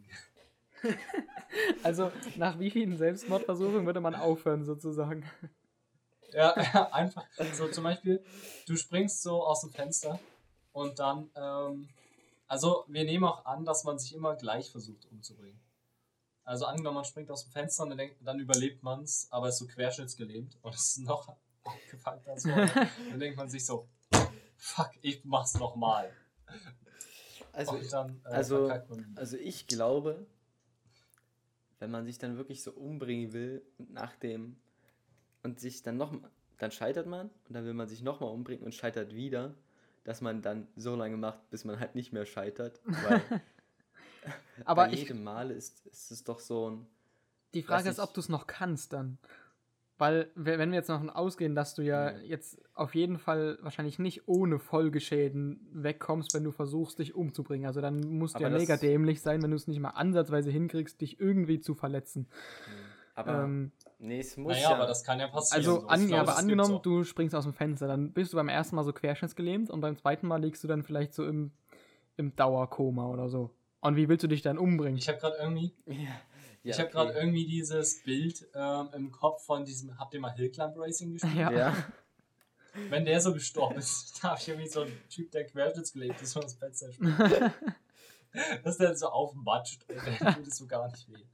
Also, nach wie vielen Selbstmordversuchen würde man aufhören, sozusagen? Ja, einfach so zum Beispiel, du springst so aus dem Fenster und dann, ähm, also wir nehmen auch an, dass man sich immer gleich versucht umzubringen. Also angenommen, man springt aus dem Fenster und dann, denkt, dann überlebt man es, aber ist so querschnittsgelähmt und es ist noch abgefuckt als vorher. Dann denkt man sich so, fuck, ich mach's nochmal. Also, Und dann äh, also, verkackt man wieder. also ich glaube, wenn man sich dann wirklich so umbringen will und nach dem und sich dann noch dann scheitert man und dann will man sich nochmal umbringen und scheitert wieder, dass man dann so lange macht, bis man halt nicht mehr scheitert, weil Aber bei ich, jedem Mal ist, ist es doch so ein die Frage weiß ist, ob ich- du es noch kannst dann. Weil, we- wenn wir jetzt noch ausgehen, dass du ja Ja. jetzt auf jeden Fall wahrscheinlich nicht ohne Folgeschäden wegkommst, wenn du versuchst, dich umzubringen. Also dann musst du Aber ja das- mega dämlich sein, wenn du es nicht mal ansatzweise hinkriegst, dich irgendwie zu verletzen. aber Ähm, nee, es muss Naja, ja aber das kann ja passieren. Also, so. an, Ich ja, glaub, aber das angenommen, gibt's auch. du springst aus dem Fenster, dann bist du beim ersten Mal so querschnittsgelähmt und beim zweiten Mal liegst du dann vielleicht so im, im Dauerkoma oder so. Und wie willst du dich dann umbringen? Ich habe gerade irgendwie, ja, ja, ich habe okay. gerade irgendwie dieses Bild ähm, im Kopf von diesem, habt ihr mal Hillclimb Racing gespielt? Ja. ja. Wenn der so gestorben ist, da habe ich irgendwie so einen Typ, der querschnittsgelähmt ist, von das Fenster springt. Dass der so aufmatscht und der tut es so gar nicht weh.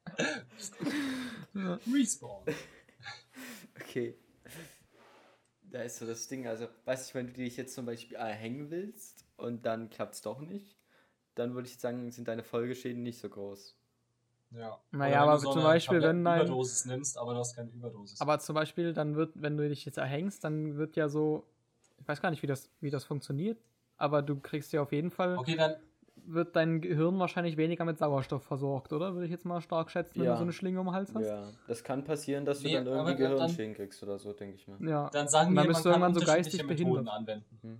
Respawn. Okay. Da ist so das Ding, also, weiß ich, wenn du dich jetzt zum Beispiel hängen willst und dann klappt es doch nicht, dann würde ich jetzt sagen, sind deine Folgeschäden nicht so groß. Ja. Naja, Oder aber wenn du zum eine Beispiel, wenn dein- Überdosis nimmst, aber du hast keine Überdosis. Aber zum Beispiel, dann wird, wenn du dich jetzt erhängst, dann wird ja so, ich weiß gar nicht, wie das, wie das funktioniert, aber du kriegst ja auf jeden Fall, Okay, dann, wird dein Gehirn wahrscheinlich weniger mit Sauerstoff versorgt, oder? Würde ich jetzt mal stark schätzen, wenn Ja. du so eine Schlinge um den Hals hast. Ja, das kann passieren, dass du Nee, dann irgendwie aber dann- Gehirnschäden kriegst oder so, denke ich mal. Ja. dann sagen Und dann wir, bist man du kann irgendwann so unterschiedliche geistig Methoden behindert. anwenden. Hm.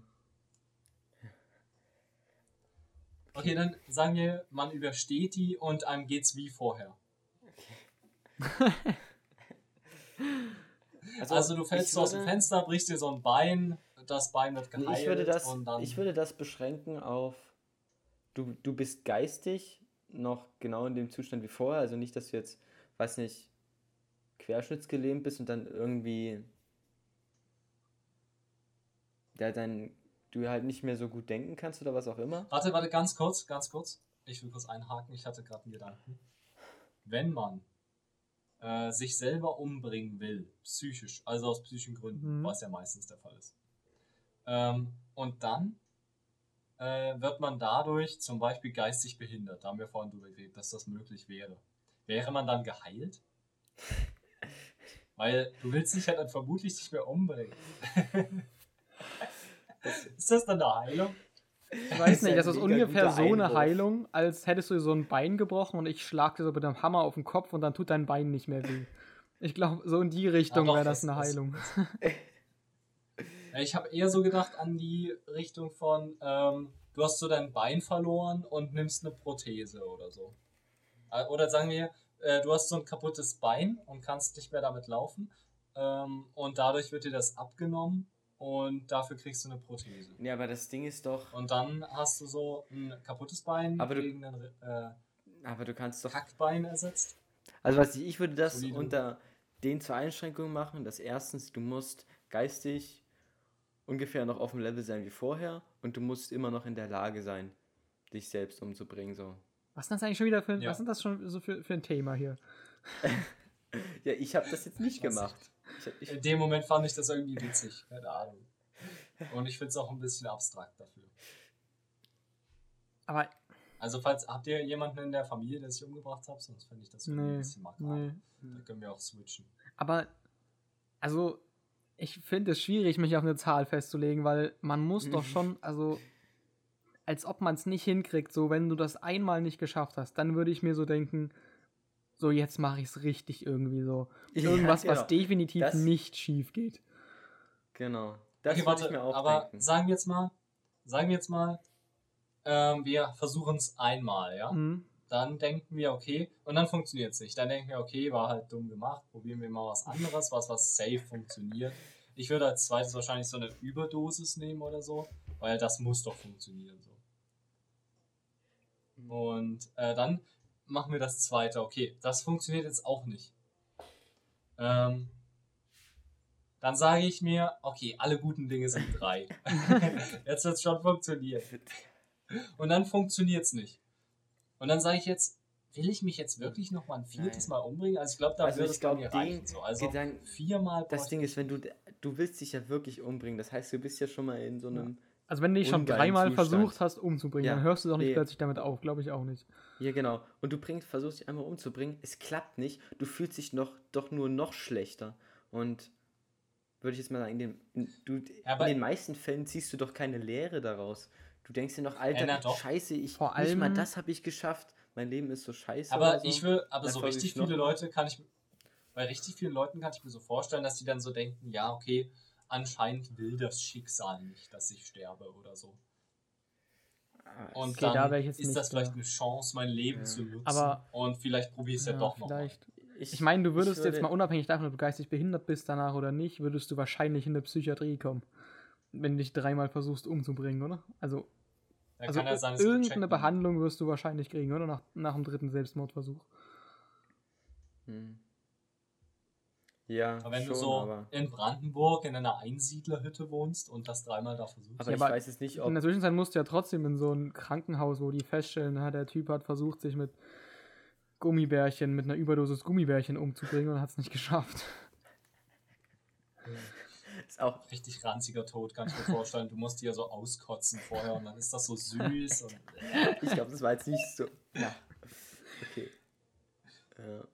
Okay, dann sagen wir, man übersteht die und einem geht's wie vorher. Also, du fällst ich so aus dem würde- Fenster, brichst dir so ein Bein, das Bein wird Nee, geheilt ich, würde das, und dann... ich würde das beschränken auf, du, du bist geistig noch genau in dem Zustand wie vorher, also nicht, dass du jetzt, weiß nicht, querschnittsgelähmt bist und dann irgendwie, ja, dann du halt nicht mehr so gut denken kannst oder was auch immer. Warte, warte, ganz kurz, ganz kurz. Ich will kurz einhaken, ich hatte gerade einen Gedanken. Wenn man äh, sich selber umbringen will, psychisch, also aus psychischen Gründen, Mhm. was ja meistens der Fall ist, ähm, und dann äh, wird man dadurch zum Beispiel geistig behindert. Da haben wir vorhin drüber geredet, dass das möglich wäre. Wäre man dann geheilt? Weil du willst dich ja dann vermutlich nicht mehr umbringen. Ist das dann eine Heilung? Ich weiß nicht, das ist mega ungefähr guter so eine Einwurf. Heilung, als hättest du so ein Bein gebrochen und ich schlag dir so mit einem Hammer auf den Kopf und dann tut dein Bein nicht mehr weh. Ich glaube, so in die Richtung Ja, doch, wäre das das- eine das- Heilung. Ja, ich habe eher so gedacht an die Richtung von, ähm, du hast so dein Bein verloren und nimmst eine Prothese oder so. Äh, Oder sagen wir, äh, du hast so ein kaputtes Bein und kannst nicht mehr damit laufen ähm, und dadurch wird dir das abgenommen und dafür kriegst du eine Prothese. Ja, aber das Ding ist doch, Und dann hast du so ein kaputtes Bein Aber du- gegen ein äh, aber du kannst doch, Kackbein ersetzt. also was ich, ich würde das Solide. unter den zwei Einschränkungen machen, dass erstens, du musst geistig ungefähr noch auf dem Level sein wie vorher und du musst immer noch in der Lage sein, dich selbst umzubringen, so. Was ist das eigentlich schon wieder für, Ja. was ist das schon so für, für ein Thema hier? Ja, ich habe das jetzt nicht Was gemacht. Ich hab, ich, In dem Moment fand ich das irgendwie witzig. Keine Ahnung. Und ich finde es auch ein bisschen abstrakt dafür. Aber Also falls, habt ihr jemanden in der Familie, der sich umgebracht hat? Sonst fände ich das irgendwie ein nee, bisschen makaber. nee. Da können wir auch switchen. Aber, also, ich finde es schwierig, mich auf eine Zahl festzulegen, weil man muss doch schon, also, als ob man es nicht hinkriegt, so, wenn du das einmal nicht geschafft hast, dann würde ich mir so denken, so, jetzt mache ich es richtig irgendwie so. Ja, Irgendwas, genau. was definitiv Das- nicht schief geht. genau. Das Okay, würde warte, ich mir auch aber denken. sagen wir jetzt mal, sagen wir jetzt mal, ähm, wir versuchen es einmal, ja? Mhm. Dann denken wir, okay, und dann funktioniert es nicht. Dann denken wir, okay, war halt dumm gemacht, probieren wir mal was anderes, was was safe funktioniert. Ich würde als zweites wahrscheinlich so eine Überdosis nehmen oder so, weil das muss doch funktionieren so. Und äh, dann machen wir das zweite. Okay, das funktioniert jetzt auch nicht. Ähm, dann sage ich mir, okay, alle guten Dinge sind drei. Jetzt wird es schon funktionieren. Und dann funktioniert es nicht. Und dann sage ich jetzt, will ich mich jetzt wirklich noch mal ein viertes Nein. Mal umbringen? Also ich glaube, da Also würde ich es bei glaub, mir den reichen. So. Also Gedanken- viermal Das bräuchte Ding ich ist, wenn du, du willst dich ja wirklich umbringen, das heißt, du bist ja schon mal in so einem, Also wenn du dich schon Ungeilen dreimal Zustand. versucht hast umzubringen, Ja, dann hörst du doch nicht nee. plötzlich damit auf, glaube ich auch nicht. ja genau, und du bringst, versuchst dich einmal umzubringen, es klappt nicht, du fühlst dich noch, doch nur noch schlechter und würde ich jetzt mal sagen, in den, in, du, aber- in den meisten Fällen ziehst du doch keine Lehre daraus. Du denkst dir noch, Alter, Ja, na doch. scheiße, ich, Vor nicht mal allem- das habe ich geschafft, mein Leben ist so scheiße Aber oder so. ich will, aber Dann so versuch richtig ich's noch viele mal. Leute kann ich, bei richtig vielen Leuten kann ich mir so vorstellen, dass die dann so denken, ja, okay, anscheinend will das Schicksal nicht, dass ich sterbe oder so. Ah, Und Okay, da dann wär ich jetzt ist nicht das vielleicht der- eine Chance, mein Leben Ja. zu nutzen. Aber- und vielleicht probiere ich es ja, Ja, doch noch mal. vielleicht. Ich meine, du würdest würde- jetzt mal unabhängig davon, ob du geistig behindert bist danach oder nicht, würdest du wahrscheinlich in eine Psychiatrie kommen. Wenn du dich dreimal versuchst umzubringen, oder? Also, Da also kann ja sein, dass ich irgendeine gecheckt bin. Behandlung wirst du wahrscheinlich kriegen, oder? Nach, nach dem dritten Selbstmordversuch. Hm. Ja, Aber wenn schon, du so aber, in Brandenburg in einer Einsiedlerhütte wohnst und das dreimal da versuchst. aber Ja, ich aber weiß jetzt nicht, In ob... der Zwischenzeit musst du ja trotzdem in so ein Krankenhaus, wo die feststellen, na, der Typ hat versucht, sich mit Gummibärchen, mit einer Überdosis Gummibärchen umzubringen und hat es nicht geschafft. Ist auch, Richtig ranziger Tod, kann ich mir vorstellen. Du musst die ja so auskotzen vorher und dann ist das so süß. Und, ich glaube, das war jetzt nicht so... Ja. Okay. Ja.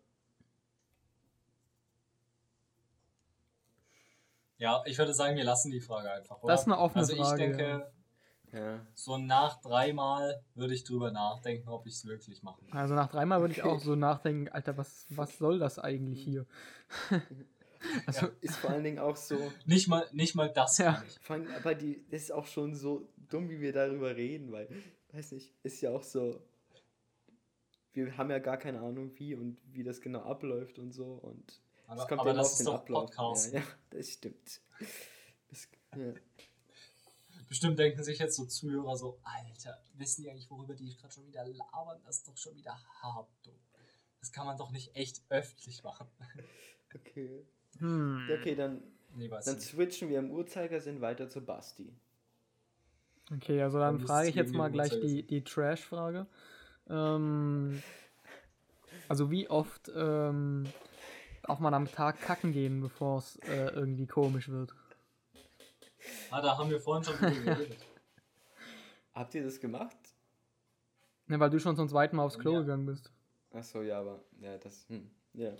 ja, ich würde sagen, wir lassen die Frage einfach. Oder? Das ist eine offene also Frage, ich denke, Ja. so nach dreimal würde ich drüber nachdenken, ob ich es wirklich machen will. Also nach dreimal würde ich auch so nachdenken, Alter, was, was soll das eigentlich hier? Also ist vor allen Dingen auch so... Nicht mal, nicht mal das Ja. kann ich. Vor allem, aber die, das ist auch schon so dumm, wie wir darüber reden, weil, weiß nicht, ist ja auch so, wir haben ja gar keine Ahnung, wie und wie das genau abläuft und so und Aber, es kommt aber ja immer das auf ist den doch Ablauf. Podcast. Ja, ja, das stimmt. Das, ja. Bestimmt denken sich jetzt so Zuhörer so, Alter, wissen die eigentlich, worüber die gerade schon wieder labern? Das ist doch schon wieder hart dumm. Das kann man doch nicht echt öffentlich machen. Okay. Hm. Ja, okay, dann, Nee, weiß dann nicht. switchen wir im Uhrzeigersinn weiter zu Basti. Okay, also dann Warum frage ist ich es jetzt gegen mal den gleich die, Uhrzeigersinn? die Trash-Frage. Ähm, also wie oft ähm, darf man am Tag kacken gehen, bevor es äh, irgendwie komisch wird? Ah, da haben wir vorhin schon drüber geredet. Habt ihr das gemacht? Ne, weil du schon zum zweiten Mal aufs Klo Ja. gegangen bist. Achso, ja, aber, ja, das, hm, ja.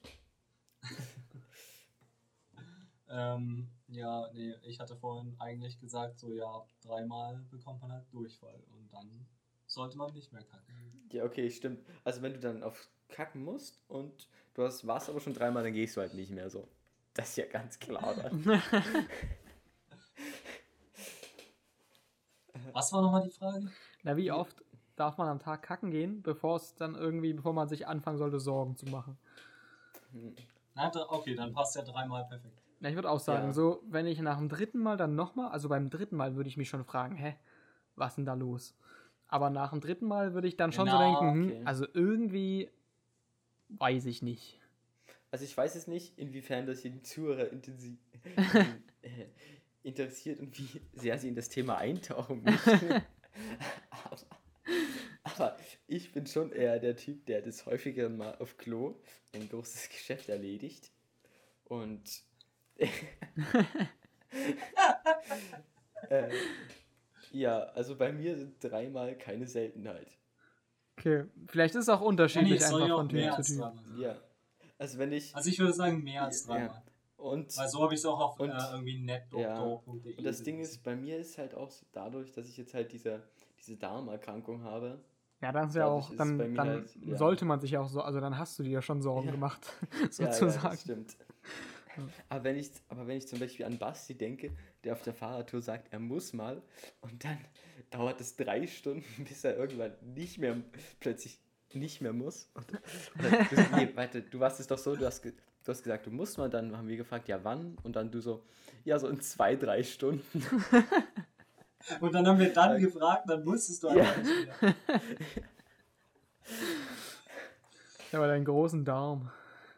Ähm, ja, nee, ich hatte vorhin eigentlich gesagt, so ja, ab dreimal bekommt man halt Durchfall und dann sollte man nicht mehr kacken. Ja, okay, stimmt. Also wenn du dann auf kacken musst und du hast, warst aber schon dreimal, dann gehst du halt nicht mehr so. Das ist ja ganz klar. Dann. Was war nochmal die Frage? Na, wie oft darf man am Tag kacken gehen, bevor es dann irgendwie, bevor man sich anfangen sollte, Sorgen zu machen? Na, da- okay, dann passt ja dreimal perfekt. Na, ich würde auch sagen, Ja. so, wenn ich nach dem dritten Mal dann nochmal, also beim dritten Mal würde ich mich schon fragen, hä, was ist denn da los? Aber nach dem dritten Mal würde ich dann schon so Genau, denken, okay. hm, also irgendwie weiß ich nicht. Also ich weiß jetzt nicht, inwiefern das hier die Zuhörer intensiv äh, interessiert und wie sehr sie in das Thema eintauchen möchten. aber, aber ich bin schon eher der Typ, der das häufiger mal auf Klo ein großes Geschäft erledigt. Und äh, ja, also bei mir sind dreimal keine Seltenheit. Okay, vielleicht ist es auch Ja, nee, unterschiedlich es soll einfach ja auch von Typ mehr zu als Typ. dreimal sein. Ja, also wenn ich... Also ich würde sagen mehr als dreimal. Ja, und, Weil so habe ich es auch auf und, äh, irgendwie netdoktor punkt de und das Ding gelesen. ist, bei mir ist halt auch so dadurch, dass ich jetzt halt diese, diese Darmerkrankung habe. Ja, dann ist ja Dadurch auch, ist es dann, bei mir dann halt, ja. sollte man sich auch so, also dann hast du dir ja schon Sorgen Ja. gemacht, Ja, ja, sozusagen. das stimmt. Aber wenn, ich, aber wenn ich zum Beispiel an Basti denke, der auf der Fahrradtour sagt, er muss mal, und dann dauert es drei Stunden, bis er irgendwann nicht mehr, plötzlich nicht mehr muss. Und, und dann, du, nee, warte, du warst es doch so, du hast, ge, du hast gesagt, du musst mal, dann haben wir gefragt, ja wann? Und dann du so, ja so in zwei, drei Stunden. Und dann haben wir dann gefragt, dann wusstest du einfach Ja. nicht mehr. Ja, aber deinen großen Darm.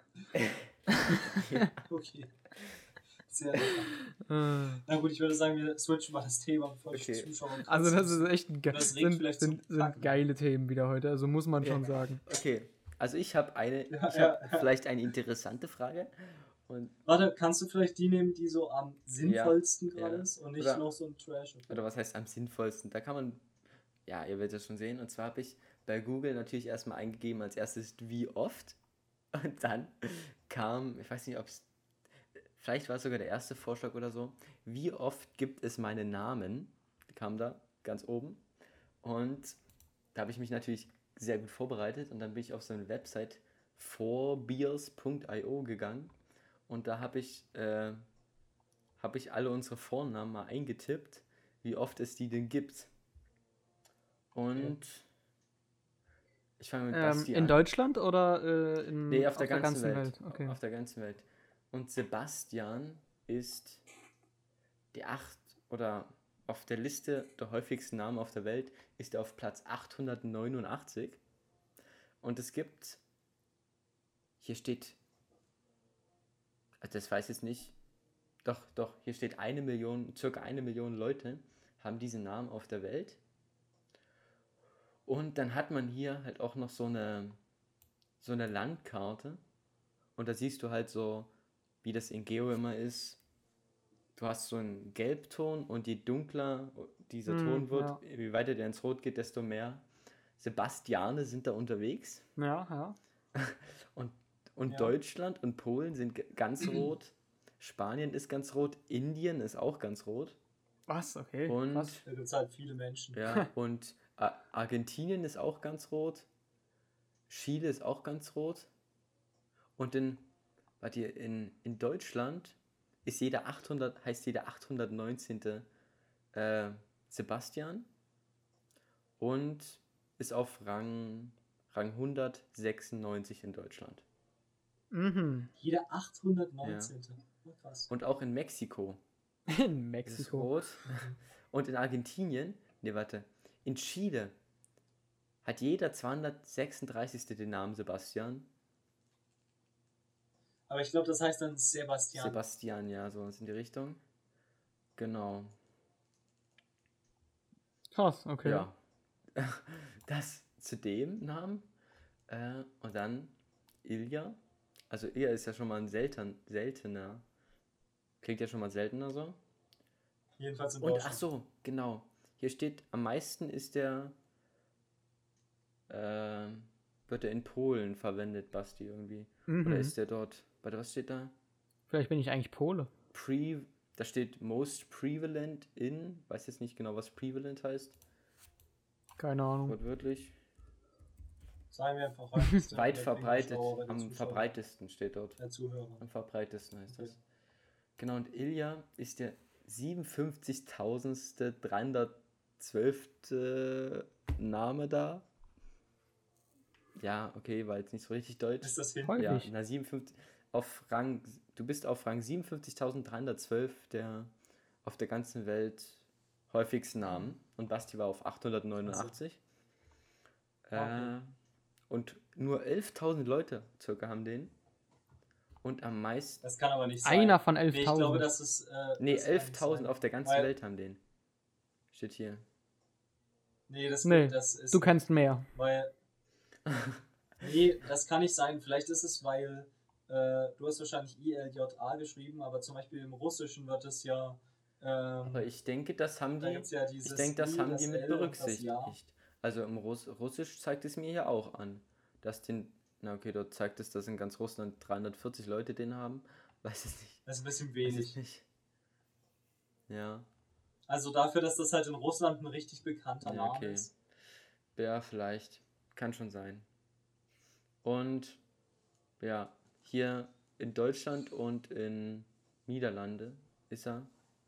Okay. Sehr lecker. Äh, Na gut, ich würde sagen, wir switchen mal das Thema, bevor ich Okay. die Zuschauer und Also das trotzdem- ist echt ein ge Das regt sind, vielleicht sind, zum sind Packen. geile Themen wieder heute, also muss man Ja. schon sagen. Okay, also ich habe eine, Ja, ich ja, habe ja. vielleicht eine interessante Frage. Und, Warte, kannst du vielleicht die nehmen, die so am sinnvollsten gerade ja. ist und nicht Oder- noch so ein Trash? oder was heißt am sinnvollsten? Da kann man, ja, ihr werdet es schon sehen. Und zwar habe ich bei Google natürlich erstmal eingegeben als erstes, wie oft. Und dann kam, ich weiß nicht, ob es, vielleicht war es sogar der erste Vorschlag oder so, wie oft gibt es meinen Namen? Kam da ganz oben. Und da habe ich mich natürlich sehr gut vorbereitet und dann bin ich auf so eine Website fourbeers punkt io gegangen und da habe ich, äh, habe ich alle unsere Vornamen mal eingetippt, wie oft es die denn gibt. Und ich fange mit Ähm, Basti in an. Deutschland oder äh, in, Nee, auf, der, ganzen Welt. Okay. Auf der ganzen Welt. Und Sebastian ist die acht oder auf der Liste der häufigsten Namen auf der Welt ist er auf Platz achthundertneunundachtzig. Und es gibt, hier steht, also das weiß ich jetzt nicht, doch, doch, hier steht eine Million, circa eine Million Leute haben diesen Namen auf der Welt. Und dann hat man hier halt auch noch so eine, so eine Landkarte. Und da siehst du halt so, wie das in Geo immer ist. Du hast so einen Gelbton und je dunkler dieser Hm, Ton wird, ja. je weiter der ins Rot geht, desto mehr Sebastiane sind da unterwegs. Ja, ja. Und, und Ja. Deutschland und Polen sind g- ganz rot. Spanien ist ganz rot. Indien ist auch ganz rot. Was? Okay. Und, krass. Da gibt es halt viele Menschen. ja, und A- Argentinien ist auch ganz rot. Chile ist auch ganz rot. Und in, warte, in, in Deutschland ist jeder achthundert, heißt jeder achthundertneunzehnte Äh, Sebastian und ist auf Rang, Rang hundertsechsundneunzig in Deutschland. Mhm. Jeder achthundertneunzehn. Oh, krass. Und auch in Mexiko In ist es Mexiko. rot. Und in Argentinien, ne warte, in Chile hat jeder zweihundertsechsunddreißigste den Namen Sebastian. Aber ich glaube, das heißt dann Sebastian. Sebastian, ja, so in die Richtung. Genau. Krass, okay. Ja. Das zu dem Namen. Äh, und dann Ilja. Also Ilja ist ja schon mal ein selten, seltener. Klingt ja schon mal seltener so. Jedenfalls in Und Deutschland. ach so, genau. Hier steht, am meisten ist der, äh, wird er in Polen verwendet, Basti, irgendwie. Mhm. Oder ist der dort, warte, was steht da? Vielleicht bin ich eigentlich Pole. Pre, da steht most prevalent in, weiß jetzt nicht genau, was prevalent heißt, Keine Ahnung. wortwörtlich. Sagen wir einfach häufigste. Weit Der verbreitet, Zuschauer, der am Zuschauer, verbreitesten steht dort. Der Zuhörer. Am verbreitesten heißt Okay. das. Genau, und Ilja ist der siebenundfünfzigtausenddreihundertzwölfte Name da. Ja, okay, war jetzt nicht so richtig deutsch. Ist das hin? Voll. Ja, Häufig. na siebenundfünfzig, auf Rang, du bist auf Rang siebenundfünfzigtausenddreihundertzwölf der auf der ganzen Welt häufigsten Namen. Und Basti war auf achthundertneunundachtzig. Okay. Äh, und nur elftausend Leute circa haben den. Und am meisten, Das kann aber nicht sein. Einer von Nee, ich glaube, elftausend. das ist. Äh, nee, das kann nicht elftausend sein. auf der ganzen Weil- Welt haben den. Steht hier. Nee, das, Nee, das ist. Du kennst mehr. Weil. Nee, das kann nicht sein. Vielleicht ist es, weil. Äh, du hast wahrscheinlich I L J A geschrieben, aber zum Beispiel im Russischen wird es ja. Ähm, Aber ich denke, das haben da die, gibt's ja ich dieses denke, das I, haben das die mit L und das berücksichtigt. Ja. Also im Russ Russisch zeigt es mir ja auch an, dass den, na okay, dort zeigt es, dass in ganz Russland dreihundertvierzig Leute den haben. Weiß es nicht. Das ist ein bisschen Weiß wenig. es nicht. Ja, Also dafür, dass das halt in Russland ein richtig bekannter Ja, Name okay. ist. ja, vielleicht. Kann schon sein. Und ja, hier in Deutschland und in Niederlande ist er.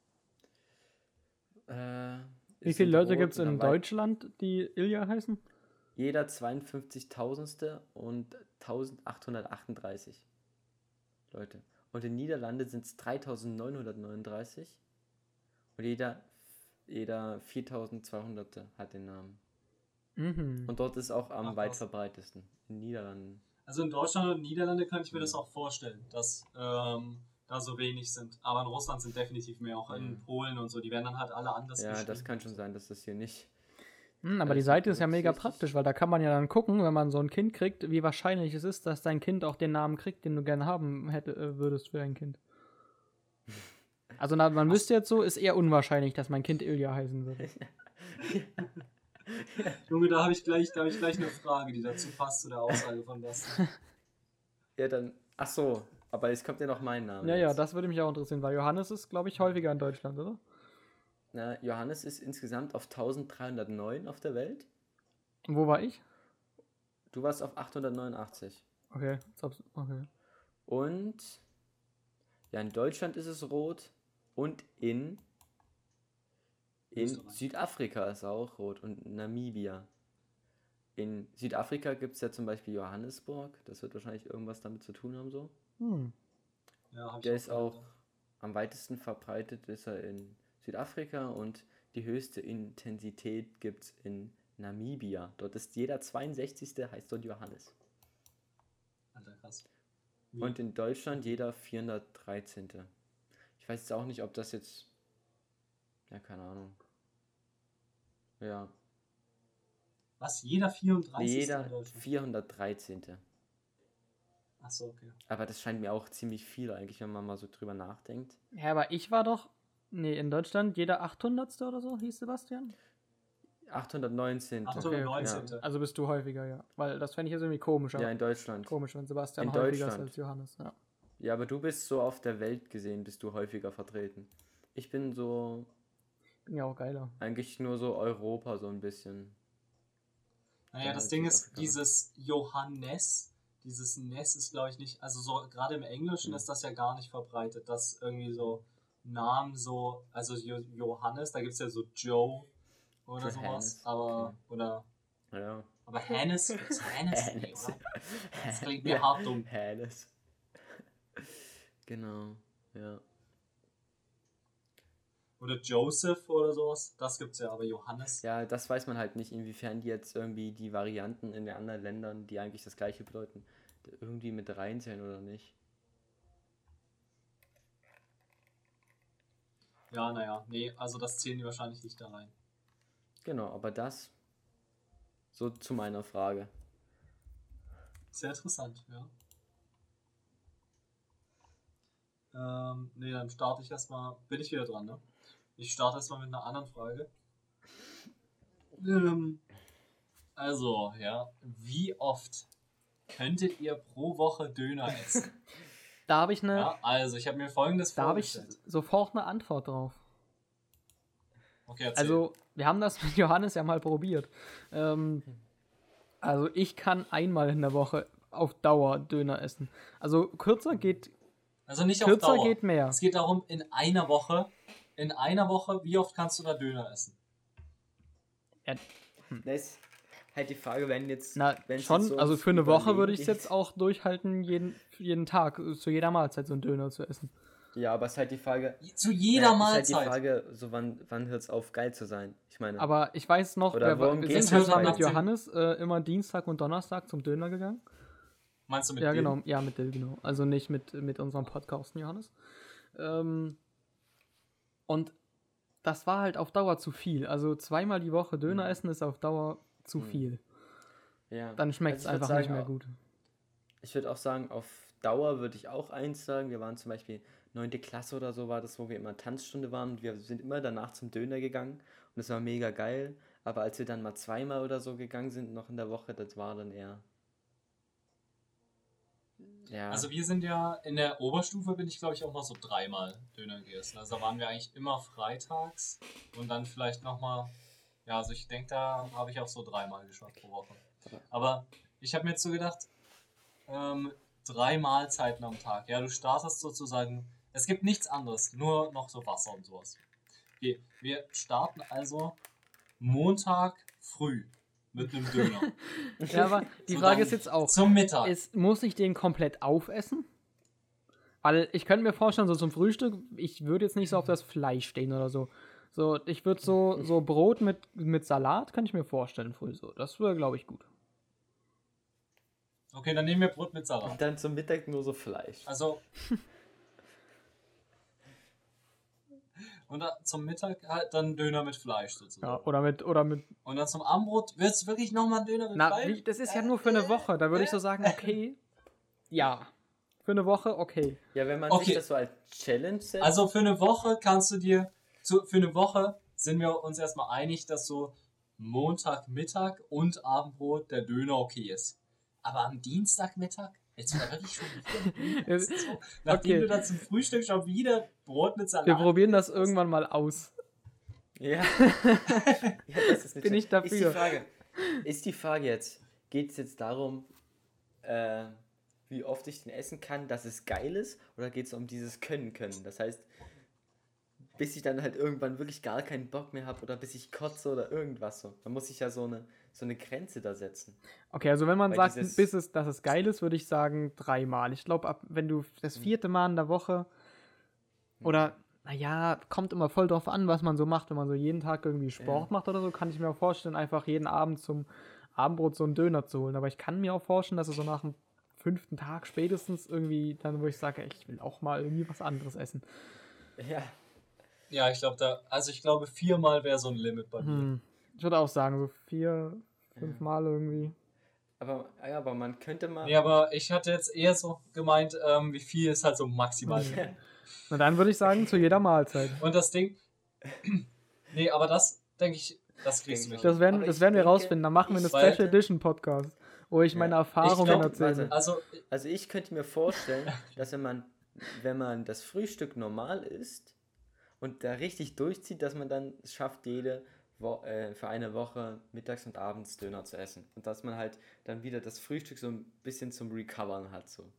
Äh, Wie ist viele in Leute Rot gibt es und in am weit- Deutschland, die Ilja heißen? Jeder zweiundfünfzigtausendste und eintausendachthundertachtunddreißig Leute. Und in Niederlande sind es dreitausendneunhundertneununddreißig und jeder, jeder viertausendzweihundert hat den Namen. Mhm. Und dort ist auch am Ach, weit krass. verbreitetsten. In Niederlanden. Also in Deutschland und Niederlande kann ich mir Mhm. das auch vorstellen, dass ähm, da so wenig sind. Aber in Russland sind definitiv mehr, auch in Ja. Polen und so. Die werden dann halt alle anders Ja, geschrieben. das kann schon sein, dass das hier nicht. Hm, aber Alles die Seite mit ist ja mega berücksichtigt. praktisch, weil da kann man ja dann gucken, wenn man so ein Kind kriegt, wie wahrscheinlich es ist, dass dein Kind auch den Namen kriegt, den du gerne haben hätte, äh, würdest für dein Kind. Also na, man wüsste jetzt so, ist eher unwahrscheinlich, dass mein Kind Ilja heißen würde. Junge, da habe ich, gleich- da hab ich gleich eine Frage, die dazu passt zu der Aussage von Basti. Ja, dann. Ach so, aber jetzt kommt ja noch mein Name. Ja, ja, jetzt. das würde mich auch interessieren, weil Johannes ist, glaube ich, häufiger in Deutschland, oder? Na, Johannes ist insgesamt auf eintausenddreihundertneun auf der Welt. Und wo war ich? Du warst auf achthundertneunundachtzig. Okay, als ob's- okay. Und ja, in Deutschland ist es rot und in, in Österreich. Südafrika ist auch rot und Namibia. In Südafrika gibt es ja zum Beispiel Johannesburg, das wird wahrscheinlich irgendwas damit zu tun haben so. Hm. Ja, hab ich Der ist gehört. auch am weitesten verbreitet ist er in Südafrika und die höchste Intensität gibt es in Namibia. Dort ist jeder zweiundsechzigste heißt dort Johannes. Alter, krass. Wie? Und in Deutschland jeder vierhundertdreizehnte Ich weiß jetzt auch nicht, ob das jetzt. Ja, keine Ahnung. Ja. Was? Jeder vierunddreißig Nee, in jeder Deutschland? vierhundertdreizehnte Achso, okay. Aber das scheint mir auch ziemlich viel eigentlich, wenn man mal so drüber nachdenkt. Ja, aber ich war doch, nee, in Deutschland jeder achthundertste oder so, hieß Sebastian? achthundertneunzehnte achthundertneunzehn. Ja. Also bist du häufiger, ja. Weil das fände ich jetzt irgendwie komisch. Ja, in Deutschland. Komisch, wenn Sebastian In häufiger ist Deutschland. als Johannes. Ja. Ja, aber du bist so auf der Welt gesehen, bist du häufiger vertreten. Ich bin so Bin ja auch geiler. eigentlich nur so Europa so ein bisschen. Naja, Ja, das halt Ding ist, Südafrika. dieses Johannes, dieses Ness ist, glaube ich, nicht, also so gerade im Englischen Hm. ist das ja gar nicht verbreitet, dass irgendwie so Namen so, also Jo- Johannes, da gibt es ja so Joe oder Johannes, sowas, aber, okay. oder, Ja. aber Hannes, gibt's Hannes? Nee, Hannes. oder? Das klingt mir hart dumm. Hannes. Genau, ja. Oder Joseph oder sowas, das gibt's ja, aber Johannes, Ja, das weiß man halt nicht, inwiefern die jetzt irgendwie die Varianten in den anderen Ländern, die eigentlich das gleiche bedeuten, irgendwie mit reinzählen oder nicht. ja, naja, nee, also das zählen die wahrscheinlich nicht da rein. Genau, aber das so zu meiner Frage. Sehr interessant, ja. Ähm, nee, dann starte ich erstmal. Bin ich wieder dran, ne? Ich starte erstmal mit einer anderen Frage. Ähm, also, ja. Wie oft könntet ihr pro Woche Döner essen? Da habe ich eine, Ja, also, ich habe mir folgendes da habe ich vorgestellt. sofort eine Antwort drauf. Okay, erzähl. Also, wir haben das mit Johannes ja mal probiert. Ähm, also, ich kann einmal in der Woche auf Dauer Döner essen. Also, kürzer geht, also nicht auf kürzer Dauer. geht mehr. Es geht darum, in einer Woche, in einer Woche, wie oft kannst du da Döner essen? Ja, Das ist halt die Frage, wenn jetzt. na, wenn's schon, jetzt so also ums für eine Woche Überlegen würde ich es geht. jetzt auch durchhalten, jeden, jeden Tag, äh, zu jeder Mahlzeit so einen Döner zu essen. Ja, aber es ist halt die Frage. Zu jeder ja, Mahlzeit. Ist halt die Frage, so wann, wann hört es auf, geil zu sein? Ich meine. Aber ich weiß noch, Oder wir, worum wir geht's sind halt jetzt mal nach mit dem- Johannes äh, immer Dienstag und Donnerstag zum Döner gegangen. Meinst du mit Ja, dem? genau, ja, mit Dill, genau. Also nicht mit, mit unserem Podcast, Johannes. Ähm, und das war halt auf Dauer zu viel. Also zweimal die Woche Döner Mhm. essen ist auf Dauer zu Mhm. viel. Ja. Dann schmeckt es Also ich würd einfach nicht sagen, mehr au- gut. Ich würde auch sagen, auf Dauer würde ich auch eins sagen. Wir waren zum Beispiel neunte Klasse oder so war das, wo wir immer Tanzstunde waren und wir sind immer danach zum Döner gegangen und das war mega geil. Aber als wir dann mal zweimal oder so gegangen sind, noch in der Woche, das war dann eher, ja, Also wir sind ja in der Oberstufe, bin ich glaube ich auch mal so dreimal Döner gegessen. Also da waren wir eigentlich immer freitags und dann vielleicht nochmal, ja, also ich denke, da habe ich auch so dreimal geschafft pro Woche. Aber ich habe mir jetzt so gedacht, ähm, drei Mahlzeiten am Tag. Ja, du startest sozusagen, es gibt nichts anderes, nur noch so Wasser und sowas. Okay, wir starten also Montag früh mit einem Döner. Ja, aber die So Frage dann ist jetzt auch, zum Mittag. ist, muss ich den komplett aufessen? Weil ich könnte mir vorstellen, so zum Frühstück, ich würde jetzt nicht so auf das Fleisch stehen oder so. So, ich würde so, so Brot mit, mit Salat, kann ich mir vorstellen, früh so. Das wäre, glaube ich, gut. Okay, dann nehmen wir Brot mit und Salat. dann zum Mittag nur so Fleisch. Also. Und dann zum Mittag halt dann Döner mit Fleisch sozusagen. Ja, oder mit, oder mit, Und dann zum Abendbrot wird es wirklich nochmal ein Döner mit na, Fleisch? wie, das ist ja nur für eine Woche. Da würde ich so sagen, okay, ja. Für eine Woche, okay. Ja, wenn man Okay. sich das so als Challenge setzt. Also für eine Woche kannst du dir, zu, für eine Woche sind wir uns erstmal einig, dass so Montagmittag und Abendbrot der Döner okay ist. Aber am Dienstagmittag, jetzt war wirklich schon wieder Ja, so, nachdem okay. du dann zum Frühstück schon wieder Brot mit Salat Wir probieren das isst. irgendwann mal aus. Ja. ja das ist eine Bin Challenge. ich dafür. Ist die Frage, ist die Frage jetzt, geht es jetzt darum, äh, wie oft ich den essen kann, dass es geil ist, oder geht es um dieses Können können? Das heißt, bis ich dann halt irgendwann wirklich gar keinen Bock mehr habe oder bis ich kotze oder irgendwas so. Man muss sich ja so eine, so eine Grenze da setzen. Okay, also wenn man Weil sagt, dieses- bis es, dass es geil ist, würde ich sagen dreimal. Ich glaube, ab wenn du das vierte Mal in der Woche oder, naja, kommt immer voll drauf an, was man so macht. Wenn man so jeden Tag irgendwie Sport Ja. macht oder so, kann ich mir auch vorstellen, einfach jeden Abend zum Abendbrot so einen Döner zu holen. Aber ich kann mir auch vorstellen, dass es so nach dem fünften Tag spätestens irgendwie dann, wo ich sage, ich will auch mal irgendwie was anderes essen. Ja. Ja, ich glaube, da, also ich glaube, viermal wäre so ein Limit bei mir. Hm. Ich würde auch sagen, so vier, fünf Mal irgendwie. Aber, ja, aber man könnte mal. Nee, aber ich hatte jetzt eher so gemeint, ähm, wie viel ist halt so maximal. Ja. Na dann würde ich sagen, zu jeder Mahlzeit. Und das Ding. Nee, aber das, denke ich, das kriegst du nicht. Das werden, Aber das ich werden wir denke, rausfinden. Dann machen wir eine ich Special wollte- Edition Podcast, wo ich Ja. meine Ich Erfahrungen glaub, erzähle. warte. Also, Also ich könnte mir vorstellen, dass wenn man, wenn man das Frühstück normal isst und da richtig durchzieht, dass man dann es schafft, jede Wo äh, für eine Woche mittags und abends Döner zu essen. Und dass man halt dann wieder das Frühstück so ein bisschen zum Recovern hat. So.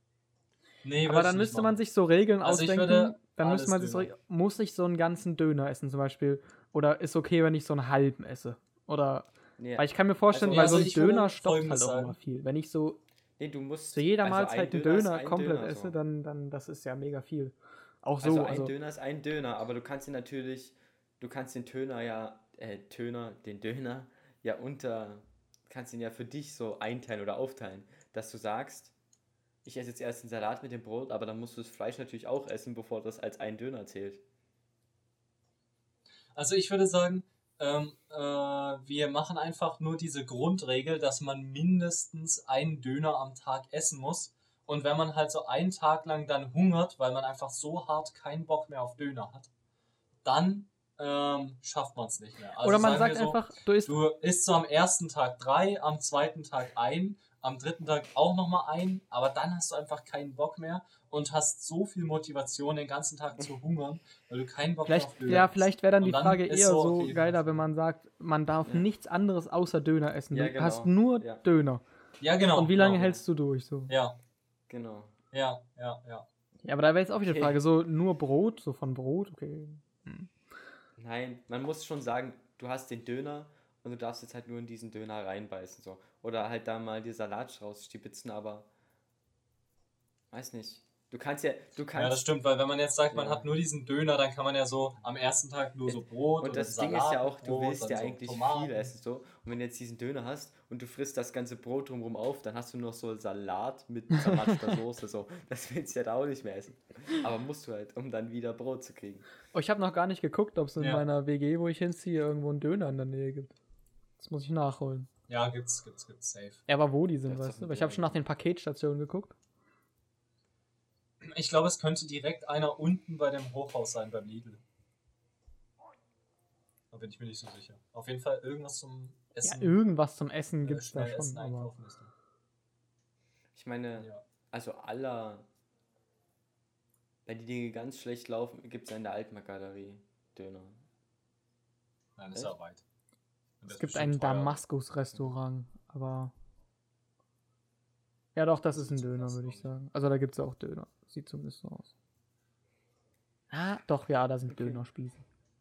nee, Aber würd ich dann nicht müsste man machen. sich so Regeln Also ich ausdenken. würde Dann alles müsste man sich so, Döner. muss ich so einen ganzen Döner essen zum Beispiel? Oder ist okay, wenn ich so einen halben esse? Oder, Nee, weil ich kann mir vorstellen, Also- weil also so ein ich würde Döner stoppt halt Folgendes auch sagen. immer viel. Wenn ich so nee, du musst zu jeder also ein Mahlzeit einen Döner ist Döner ein komplett Döner, esse, so. dann, dann das ist ja mega viel. Auch so, Also ein also, Döner ist ein Döner, aber du kannst ihn natürlich, du kannst den Döner ja, äh, Döner, den Döner ja unter, kannst ihn ja für dich so einteilen oder aufteilen, dass du sagst, ich esse jetzt erst den Salat mit dem Brot, aber dann musst du das Fleisch natürlich auch essen, bevor das als ein Döner zählt. Also ich würde sagen, ähm, äh, wir machen einfach nur diese Grundregel, dass man mindestens einen Döner am Tag essen muss. Und wenn man halt so einen Tag lang dann hungert, weil man einfach so hart keinen Bock mehr auf Döner hat, dann ähm, schafft man es nicht mehr. Also oder man sagen sagt wir so, einfach, du isst du isst so am ersten Tag drei, am zweiten Tag ein, am dritten Tag auch nochmal ein, aber dann hast du einfach keinen Bock mehr und hast so viel Motivation, den ganzen Tag zu hungern, weil du keinen Bock Vielleicht, mehr auf Döner ja, hast. vielleicht wäre dann Und die dann Frage ist eher so, so okay, geiler, was- wenn man sagt, man darf Ja. nichts anderes außer Döner essen. Du Ja, genau. hast nur Ja. Döner. Ja, genau. Und wie lange genau. hältst du durch? So? Ja, Genau. ja, ja, ja. Ja, aber da wäre jetzt auch wieder die Okay. Frage, so nur Brot, so von Brot, okay. Nein, man muss schon sagen, du hast den Döner und du darfst jetzt halt nur in diesen Döner reinbeißen. So. Oder halt da mal die Salat rausstibitzen, aber weiß nicht. Du kannst ja, du kannst... Ja, das stimmt, weil wenn man jetzt sagt, man Ja. hat nur diesen Döner, dann kann man ja so am ersten Tag nur so Brot Und oder das Salat Ding ist ja auch, du Brot, willst dann ja so eigentlich Tomaten. viel essen, so. Und wenn du jetzt diesen Döner hast und du frisst das ganze Brot drumherum auf, dann hast du noch so Salat mit zermatschter Soße, so. Das willst du ja da auch nicht mehr essen. Aber musst du halt, um dann wieder Brot zu kriegen. Oh, ich habe noch gar nicht geguckt, ob es in Ja. meiner W G, wo ich hinziehe, irgendwo einen Döner in der Nähe gibt. Das muss ich nachholen. Ja, gibt's, gibt's, gibt's, safe. Ja, aber wo die sind, Das ist weißt doch du? Weil ich ein habe schon nach den Paketstationen geguckt. Ich glaube, es könnte direkt einer unten bei dem Hochhaus sein, beim Lidl. Da bin ich mir nicht so sicher. Auf jeden Fall irgendwas zum Ja, Essen. irgendwas zum Essen äh, gibt's da schnell schon. Essen Aber einkaufen müsste. Ich meine, Ja. also aller... Wenn die Dinge ganz schlecht laufen, gibt es in der Altmarkt-Galerie Döner. Nein, das ist Echt? ja weit. Und das es ist gibt bestimmt ein teuer. Damaskus-Restaurant, aber... Ja doch, das ist ein Döner, würde ich sagen. Also da gibt's auch Döner. Sieht zumindest so aus. Ah, doch, ja, da sind Okay. Dönerspieße.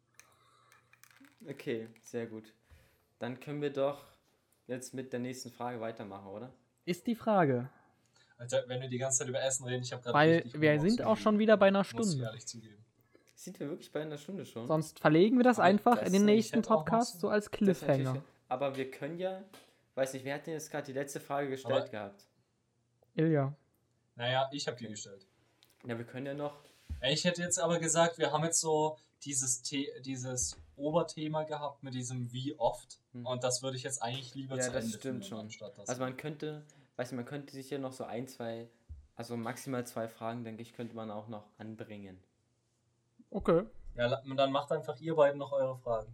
Okay, sehr gut. Dann können wir doch jetzt mit der nächsten Frage weitermachen, oder? Ist die Frage. Alter, wenn wir die ganze Zeit über Essen reden, ich habe gerade Weil richtig wir Hunger sind aufs auch schon Nudeln. wieder bei einer Muss ich Stunde. ehrlich zugeben. Sind wir wirklich bei einer Stunde schon? Sonst verlegen wir das Aber einfach das- in den ich nächsten hätte auch noch Podcast so- so als Das ist natürlich- Cliffhanger. Aber wir können ja, weiß nicht, wer hat denn jetzt gerade die letzte Frage gestellt Aber- gehabt? Ilja. Naja, ich habe die gestellt. Ja, wir können ja noch. Ey, Ich hätte jetzt aber gesagt, wir haben jetzt so dieses, The dieses Oberthema gehabt mit diesem wie oft. Hm. Und das würde ich jetzt eigentlich lieber Ja, zu das Ende stimmt führen, schon. anstatt das. Also man könnte, weiß nicht, man könnte sich ja noch so ein, zwei, also maximal zwei Fragen, denke ich, könnte man auch noch anbringen. Okay. ja, la- dann macht einfach ihr beiden noch eure Fragen.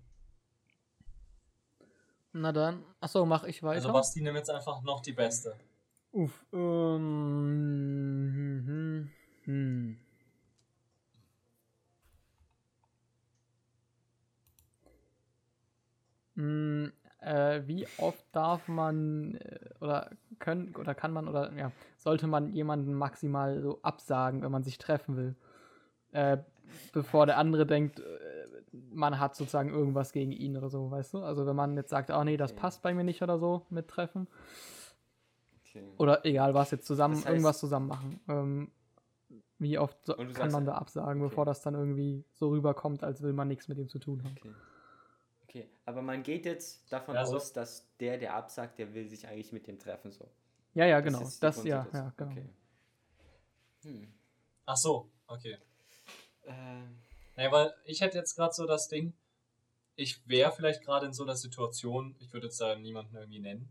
Na dann. Achso, mach ich weiter. Also Basti, nimm jetzt einfach noch die beste. Uff. Ähm, hm, hm. Hm, äh, wie oft darf man äh, oder können oder kann man oder ja, sollte man jemanden maximal so absagen, wenn man sich treffen will? Äh, bevor der andere denkt, äh, man hat sozusagen irgendwas gegen ihn oder so, weißt du? Also wenn man jetzt sagt, oh nee, das Okay. passt bei mir nicht oder so mit Treffen. Okay. Oder egal was, jetzt zusammen, Das heißt- irgendwas zusammen machen. Ähm, wie oft so, Und du kann sagst- man da absagen, okay. bevor das dann irgendwie so rüberkommt, als will man nichts mit ihm zu tun haben? Okay. Okay, aber man geht jetzt davon Ja, so- aus, dass der, der absagt, der will sich eigentlich mit dem treffen, so. Ja, ja, Das genau. ist die Das, ja, Grundsituation. ja, genau. Okay. Hm. Ach so, okay. Ähm, Naja, weil ich hätte jetzt gerade so das Ding, ich wäre vielleicht gerade in so einer Situation, ich würde jetzt da niemanden irgendwie nennen,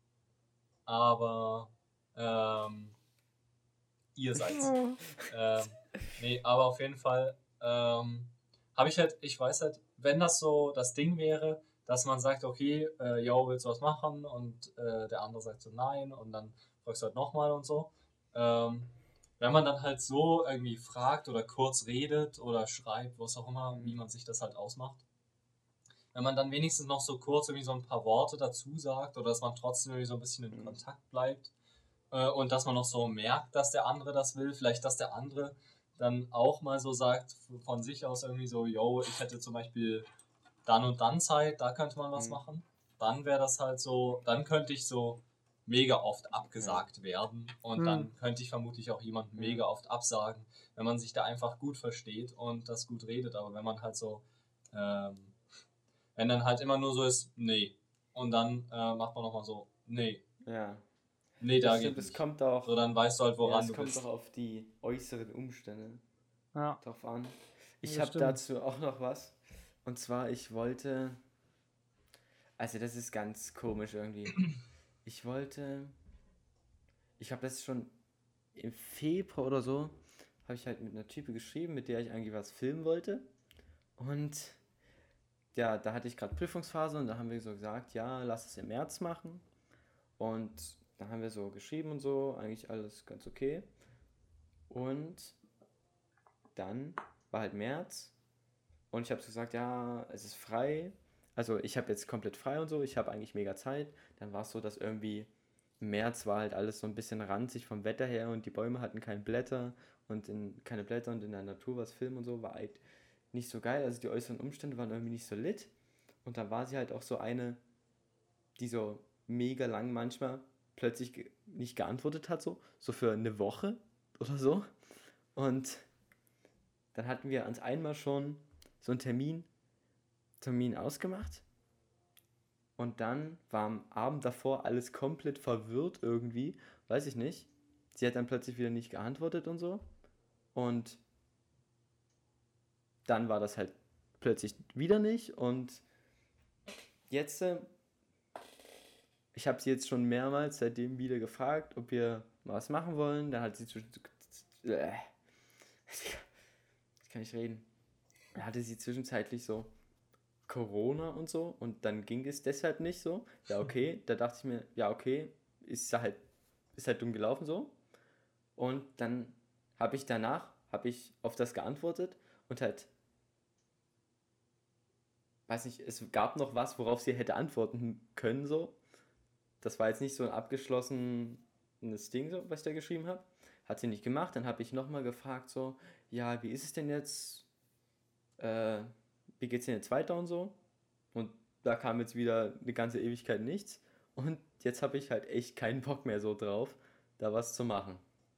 aber ähm, ihr seid's. ähm, nee, aber auf jeden Fall ähm, habe ich halt, ich weiß halt, wenn das so das Ding wäre, dass man sagt, okay, äh, yo, willst du was machen? Und äh, der andere sagt so nein und dann fragst du halt nochmal und so. Ähm, wenn man dann halt so irgendwie fragt oder kurz redet oder schreibt, was auch immer, wie man sich das halt ausmacht. Wenn man dann wenigstens noch so kurz irgendwie so ein paar Worte dazu sagt oder dass man trotzdem irgendwie so ein bisschen in Mhm. Kontakt bleibt äh, und dass man noch so merkt, dass der andere das will, vielleicht dass der andere dann auch mal so sagt von sich aus irgendwie so, yo, ich hätte zum Beispiel dann und dann Zeit, da könnte man was Mhm. machen. Dann wäre das halt so, dann könnte ich so mega oft abgesagt werden und Mhm. dann könnte ich vermutlich auch jemanden Mhm. mega oft absagen, wenn man sich da einfach gut versteht und das gut redet, aber wenn man halt so, ähm, wenn dann halt immer nur so ist, nee, und dann äh, macht man nochmal so, nee, ja. nee, da Das geht stimmt, es nicht. kommt auch, So, dann weißt du halt, ja, woran es du kommt bist. doch auf die äußeren Umstände Ja. drauf an. Ich Ja, habe stimmt. dazu auch noch was. Und zwar, ich wollte. Also, das ist ganz komisch irgendwie. Ich wollte. Ich habe das schon im Februar oder so. Habe ich halt mit einer Type geschrieben, mit der ich eigentlich was filmen wollte. Und ja, da hatte ich gerade Prüfungsphase und da haben wir so gesagt, ja, lass es im März machen. Und da haben wir so geschrieben und so, eigentlich alles ganz okay. Und dann war halt März und ich habe so gesagt, ja, es ist frei. Also ich habe jetzt komplett frei und so, ich habe eigentlich mega Zeit. Dann war es so, dass irgendwie im März war halt alles so ein bisschen ranzig vom Wetter her und die Bäume hatten keine Blätter und in, keine Blätter und in der Natur was filmen und so war halt nicht so geil. Also die äußeren Umstände waren irgendwie nicht so lit. Und dann war sie halt auch so eine, die so mega lang manchmal plötzlich ge- nicht geantwortet hat, so, so für eine Woche oder so. Und dann hatten wir uns einmal schon so einen Termin, Termin ausgemacht. Und dann war am Abend davor alles komplett verwirrt irgendwie. Weiß ich nicht. Sie hat dann plötzlich wieder nicht geantwortet und so. Und dann war das halt plötzlich wieder nicht. Und jetzt, äh, ich habe sie jetzt schon mehrmals seitdem wieder gefragt, ob wir mal was machen wollen. Dann hat sie zwischen... Äh, ich kann nicht reden. Dann hatte sie zwischenzeitlich so Corona und so und dann ging es deshalb nicht so. Ja, okay, da dachte ich mir, ja, okay, ist halt, ist halt dumm gelaufen so. Und dann habe ich danach, habe ich auf das geantwortet und halt, weiß nicht, es gab noch was, worauf sie hätte antworten können so. Das war jetzt nicht so ein abgeschlossenes Ding so, was ich da geschrieben habe. Hat sie nicht gemacht, dann habe ich nochmal gefragt so, ja, wie ist es denn jetzt, äh, wie geht's denn jetzt weiter und so? Und da kam jetzt wieder eine ganze Ewigkeit nichts. Und jetzt habe ich halt echt keinen Bock mehr so drauf, da was zu machen.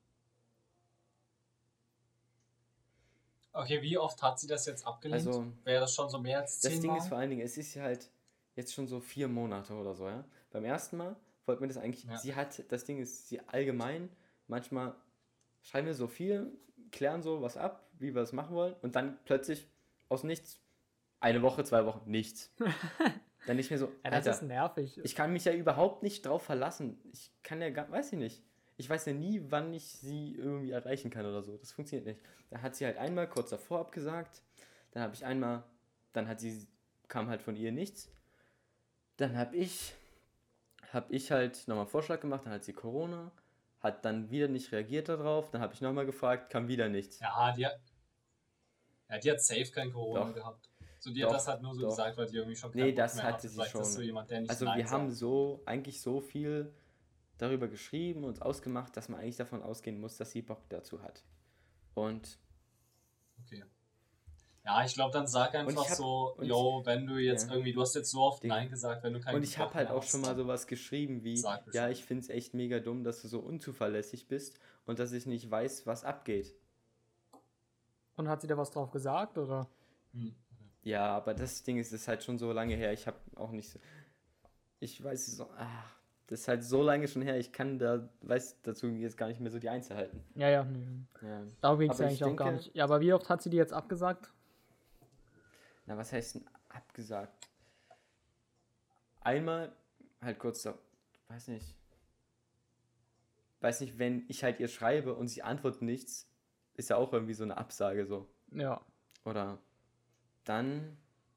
Okay, wie oft hat sie das jetzt abgelehnt? Also, Wäre das schon so mehr als das zehn Ding Mal? ist vor allen Dingen, es ist ja halt jetzt schon so vier Monate oder so, ja. Beim ersten Mal wollten wir das eigentlich, Ja. sie hat, das Ding ist, sie allgemein, manchmal schreiben wir so viel, klären so was ab, wie wir es machen wollen und dann plötzlich aus nichts, eine Woche, zwei Wochen, nichts. Dann nicht mehr so, Ja, das Alter, ist nervig. ich kann mich ja überhaupt nicht drauf verlassen. Ich kann ja gar, weiß ich nicht. Ich weiß ja nie, wann ich sie irgendwie erreichen kann oder so. Das funktioniert nicht. Da hat sie halt einmal kurz davor abgesagt. Dann habe ich einmal, dann hat sie, kam halt von ihr nichts. Dann habe ich, habe ich halt nochmal einen Vorschlag gemacht. Dann hat sie Corona, hat dann wieder nicht reagiert darauf. Dann habe ich nochmal gefragt, kam wieder nichts. Ja, die hat, ja, die hat safe kein Corona Doch. gehabt. So, die Doch, hat das halt nur so doch. gesagt, weil die irgendwie schon keinen Nee, Bock das mehr hatte hatte. sie Vielleicht ist so schon. jemand, der nicht Also Nein wir haben sagt. so eigentlich so viel darüber geschrieben und ausgemacht, dass man eigentlich davon ausgehen muss, dass sie Bock dazu hat. Und Okay. Ja, ich glaube, dann sag Und einfach ich hab- so, und yo, wenn du jetzt ja. irgendwie, du hast jetzt so oft Digga. Nein gesagt, wenn du keinen Und ich Bock habe halt mehr auch hast, schon mal dann sowas geschrieben wie, sag ja, Bescheid. ich finde es echt mega dumm, dass du so unzuverlässig bist und dass ich nicht weiß, was abgeht. Und hat sie da was drauf gesagt, oder? Hm. Ja, aber das Ding ist, ist halt schon so lange her, ich habe auch nicht so, ich weiß so, ach, das ist halt so lange schon her, ich kann da, weiß dazu jetzt gar nicht mehr so die Einzelheiten. Ja, ja, nee. Ja. Darum ging es Aber eigentlich ich auch gar denke- nicht. Ja, aber wie oft hat sie die jetzt abgesagt? Na, was heißt denn abgesagt? Einmal, halt kurz so, weiß nicht. Weiß nicht, wenn ich halt ihr schreibe und sie antwortet nichts, ist ja auch irgendwie so eine Absage so. Ja. Oder dann,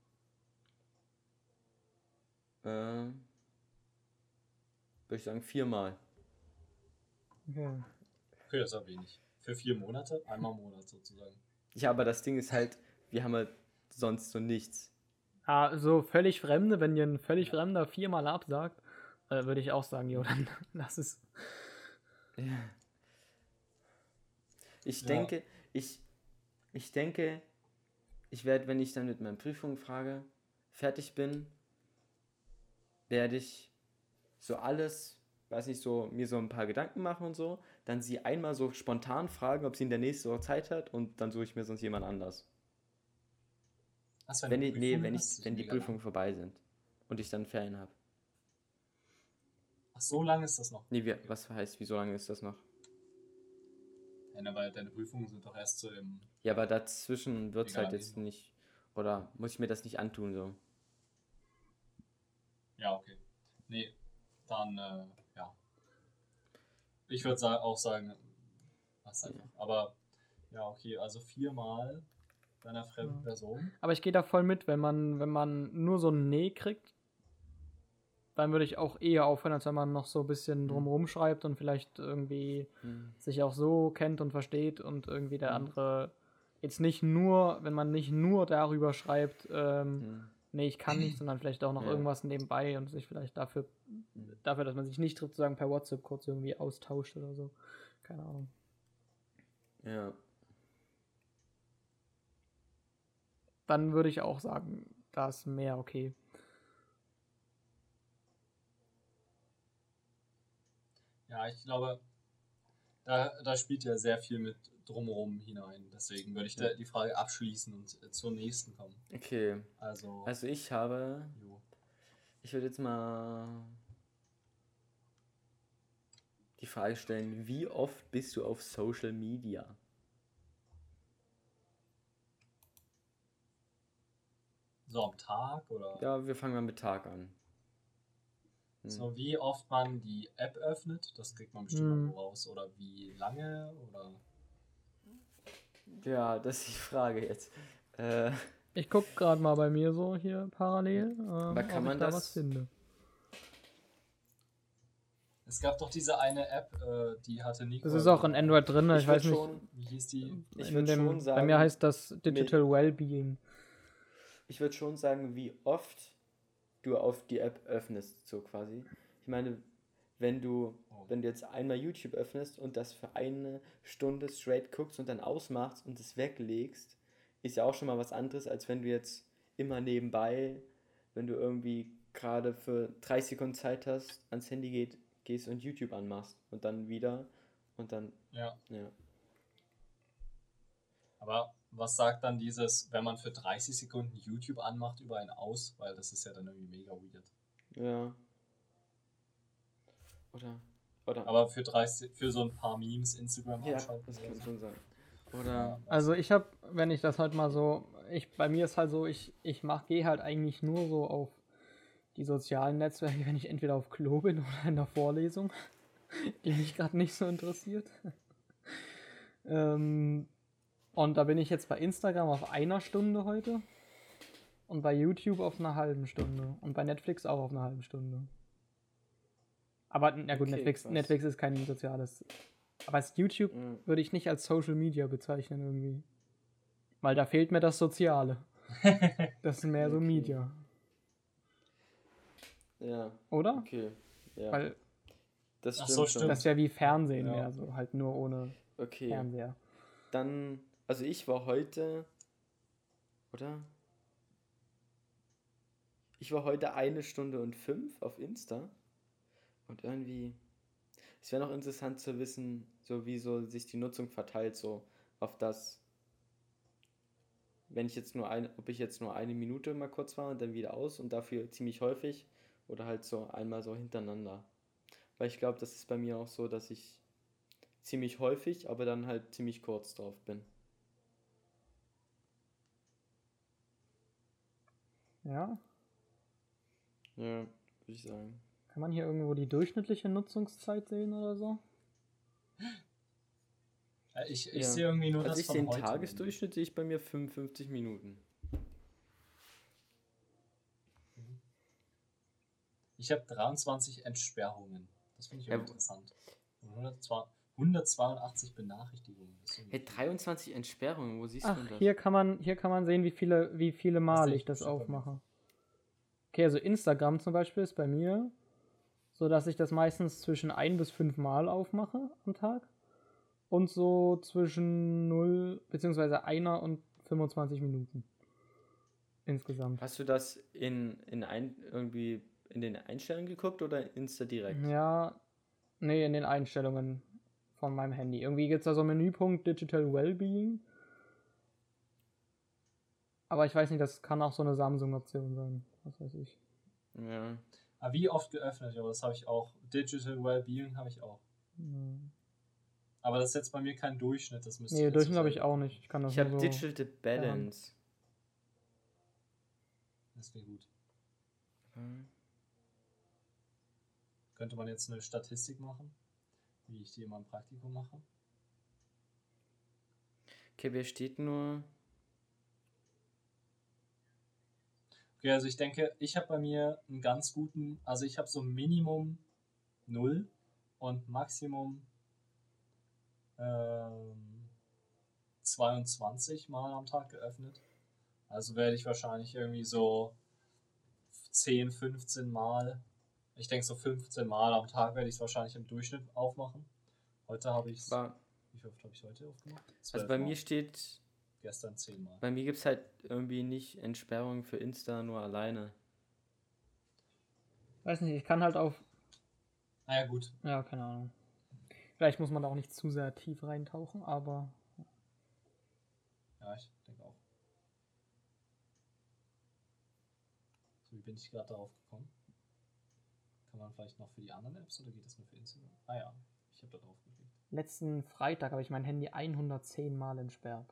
äh, würde ich sagen viermal. Okay. Okay, das ist ja wenig. Für vier Monate, einmal im Monat sozusagen. Ja, aber das Ding ist halt, wir haben halt sonst so nichts. Ah, so völlig Fremde, wenn dir ein völlig Fremder viermal absagt, äh, würde ich auch sagen, jo, dann lass es. Ja. Ich Ja. denke, ich, ich denke, ich werde, wenn ich dann mit meinen Prüfungen frage, fertig bin, werde ich so alles, weiß nicht, so mir so ein paar Gedanken machen und so, dann sie einmal so spontan fragen, ob sie in der nächsten Woche Zeit hat und dann suche ich mir sonst jemand anders. Was, Wenn, du ich, nee, Prüfungen wenn, hast? ich, Das wenn ist die mega Prüfungen lang. vorbei sind und ich dann Ferien habe. Ach, so lange ist das noch. Nee, wie, was heißt, wie so lange ist das noch? Ja, ne, weil deine Prüfungen sind doch erst so im. Ja, aber dazwischen wird es Egal, halt jetzt eben. nicht, oder muss ich mir das nicht antun so? Ja, okay. Nee, dann, äh, ja. Ich würde sa auch sagen, was einfach. Aber, ja, okay, also viermal bei einer fremden Ja. Person. Aber ich gehe da voll mit, wenn man, wenn man nur so ein Nee kriegt, dann würde ich auch eher aufhören, als wenn man noch so ein bisschen drumherum schreibt und vielleicht irgendwie Hm. sich auch so kennt und versteht und irgendwie der Mhm. andere jetzt nicht nur, wenn man nicht nur darüber schreibt, ähm, Hm. nee, ich kann nicht, sondern vielleicht auch noch Ja. irgendwas nebenbei und sich vielleicht dafür, Mhm. dafür, dass man sich nicht sozusagen per WhatsApp kurz irgendwie austauscht oder so. Keine Ahnung. Ja. Dann würde ich auch sagen, da ist mehr okay. Ja, ich glaube, Da, da spielt ja sehr viel mit drumherum hinein. Deswegen würde ich da die Frage abschließen und äh, zur nächsten kommen. Okay. Also, Also ich habe, jo. ich würde jetzt mal die Frage stellen, wie oft bist du auf Social Media? So am Tag oder Ja, wir fangen mal mit Tag an. Hm. so wie oft man die App öffnet, das kriegt man bestimmt Hm. irgendwo raus. Oder wie lange oder. Ja, das ist die Frage jetzt. Äh, Ich guck gerade mal bei mir so hier parallel, ähm, Aber kann ob man ich da das- was finde. Es gab doch diese eine App, äh, die hatte Nico. Das ist auch in Android drin, ich, ich weiß würd nicht. schon, Wie hieß die? ich in würd dem, schon sagen, bei mir heißt das Digital Wellbeing. ich würde schon sagen, wie oft du auf die App öffnest, so quasi. Ich meine, wenn du, Oh. wenn du jetzt einmal YouTube öffnest und das für eine Stunde straight guckst und dann ausmachst und es weglegst, ist ja auch schon mal was anderes, als wenn du jetzt immer nebenbei, wenn du irgendwie gerade für dreißig Sekunden Zeit hast, ans Handy geht, gehst und YouTube anmachst und dann wieder und dann, Ja. ja. Aber was sagt dann dieses, wenn man für dreißig Sekunden YouTube anmacht, über einen aus? Weil das ist ja dann irgendwie mega weird. Ja. Oder, oder, Aber für dreißig, für so ein paar Memes Instagram ja, anschalten. das oder kann so. schon sein. Oder, Ja. Also ich habe, wenn ich das halt mal so, ich bei mir ist halt so, ich, ich mach, gehe halt eigentlich nur so auf die sozialen Netzwerke, wenn ich entweder auf Klo bin oder in der Vorlesung, die mich gerade nicht so interessiert. ähm, und da bin ich jetzt bei Instagram auf einer Stunde heute und bei YouTube auf einer halben Stunde und bei Netflix auch auf einer halben Stunde. Aber na gut, Okay, Netflix, krass. Netflix ist kein soziales. Aber als YouTube mh, würde ich nicht als Social Media bezeichnen irgendwie. Weil da fehlt mir das Soziale. Das ist mehr so Okay. Media. ja, Oder? okay, ja, Weil das Ach stimmt so, schon. stimmt. das ist ja wie Fernsehen Ja. mehr so. Halt nur ohne Okay, Fernseher. dann, also ich war heute, oder? Ich war heute eine Stunde und fünf auf Insta und irgendwie, es wäre noch interessant zu wissen, so wie so sich die Nutzung verteilt, so auf das, wenn ich jetzt nur eine, ob ich jetzt nur eine Minute mal kurz war und dann wieder aus und dafür ziemlich häufig oder halt so einmal so hintereinander. Weil ich glaube, das ist bei mir auch so, dass ich ziemlich häufig, aber dann halt ziemlich kurz drauf bin. Ja? Ja, würde ich sagen. Kann man hier irgendwo die durchschnittliche Nutzungszeit sehen oder so? Äh, Ich, ich Ja. sehe irgendwie nur Also das ich von sehe den heute. Tagesdurchschnitt, sehe ich bei mir fünfundfünfzig Minuten. Ich habe dreiundzwanzig Entsperrungen. Das finde ich Ja, irgendwie interessant. Und hundertzwei- hundertzweiundachtzig Benachrichtigungen. Das ist irgendwie Hey, dreiundzwanzig Entsperrungen, wo siehst du Ach, denn das? hier kann man, hier kann man sehen, wie viele, wie viele Mal sehe ich ich das bestimmt bei mir. aufmache. Okay, also Instagram zum Beispiel ist bei mir so, dass ich das meistens zwischen ein bis fünf Mal aufmache am Tag. Und so zwischen null beziehungsweise einer und fünfundzwanzig Minuten. Insgesamt. Hast du das in, in ein, irgendwie in den Einstellungen geguckt oder Insta direkt? Ja, nee, in den Einstellungen von meinem Handy. Irgendwie gibt es da so einen Menüpunkt Digital Wellbeing. Aber ich weiß nicht, das kann auch so eine Samsung-Option sein. Was weiß ich. Ja. Aber wie oft geöffnet? Ja, das habe ich auch. Digital Wellbeing habe ich auch. Hm. Aber das ist jetzt bei mir kein Durchschnitt. Das müsste Nee, jetzt Durchschnitt so habe ich selber- auch nicht. Ich kann das Ich habe nur so. Digital Balance. Das wäre gut. Mhm. Könnte man jetzt eine Statistik machen, wie ich die in meinem Praktikum mache? Okay, wer steht nur? Okay, also ich denke, ich habe bei mir einen ganz guten, also ich habe so Minimum null und Maximum ähm, zweiundzwanzig Mal am Tag geöffnet. Also werde ich wahrscheinlich irgendwie so zehn, fünfzehn Mal, ich denke so fünfzehn Mal am Tag werde ich es wahrscheinlich im Durchschnitt aufmachen. Heute habe ich es, War, wie oft habe ich heute aufgemacht? also zwölf bei Mal. mir steht, Gestern zehn Mal. bei mir gibt es halt irgendwie nicht Entsperrungen für Insta nur alleine. Weiß nicht, ich kann halt auf. Naja, gut. Ja, keine Ahnung. Vielleicht muss man da auch nicht zu sehr tief reintauchen, aber Ja, ich denke auch. So, wie bin ich gerade darauf gekommen? Kann man vielleicht noch für die anderen Apps oder geht das nur für Instagram? Ah ja, ich habe da drauf geklickt. letzten Freitag habe ich mein Handy hundertzehn Mal entsperrt.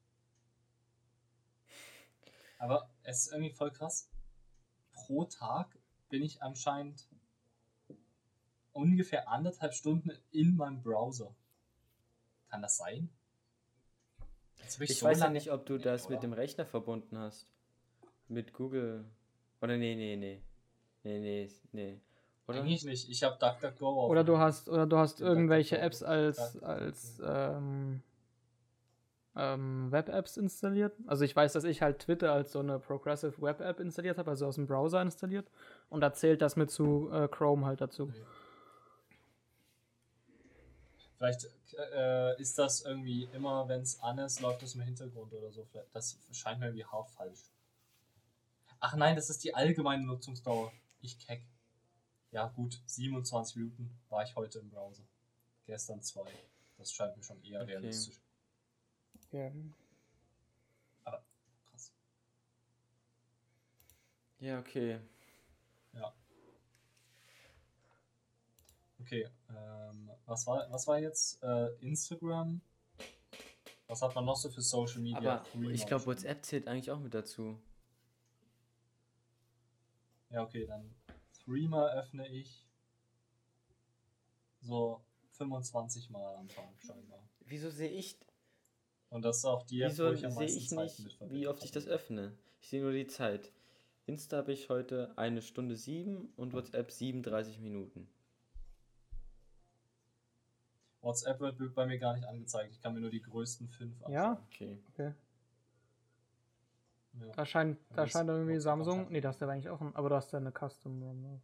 Aber es ist irgendwie voll krass. Pro Tag bin ich anscheinend ungefähr anderthalb Stunden in meinem Browser. Kann das sein? Jetzt bin Ich so weiß ja lange nicht, ob du drin, das oder? mit dem Rechner verbunden hast. Mit Google. Oder nee, nee, nee. Nee, nee, nee. Oder? Eigentlich nicht. Ich habe DuckDuckGo auf. Oder du dem- hast, oder du hast Den irgendwelche DuckDuckGo. Apps als, DuckDuckGo. als ähm, ähm, Web-Apps installiert. Also ich weiß, dass ich halt Twitter als so eine Progressive Web-App installiert habe, also aus dem Browser installiert. Und da zählt das mit zu äh, Chrome halt dazu. Okay. Vielleicht äh, ist das irgendwie immer, wenn es an ist, läuft das im Hintergrund oder so. Vielleicht- Das scheint mir irgendwie hart falsch. Ach nein, das ist die allgemeine Nutzungsdauer. Ich keck. Ja gut, siebenundzwanzig Minuten war ich heute im Browser. Gestern zwei. Das scheint mir schon eher Okay. realistisch. Ja. Aber krass. Ja, okay. Ja. Okay, ähm, was war, was war jetzt? Äh, Instagram? Was hat man noch so für Social Media? Aber Threema ich glaube, schon. WhatsApp zählt eigentlich auch mit dazu. Ja, okay, dann Threema öffne ich so fünfundzwanzig Mal am Tag scheinbar. Wieso sehe ich, Und das ist auch die App, wo wieso ich am sehe meisten ich Zeit nicht, mit wie verbinde. oft ich das öffne? Ich sehe nur die Zeit. Insta habe ich heute eine Stunde sieben und WhatsApp siebenunddreißig Minuten. WhatsApp wird bei mir gar nicht angezeigt. Ich kann mir nur die größten fünf anschauen. Ja? Okay. Okay. Ja. Da scheint, da Das scheint irgendwie WhatsApp Samsung. anscheinend. Nee, das ist ja eigentlich auch ein, aber du hast ja eine Custom ROM. Ne?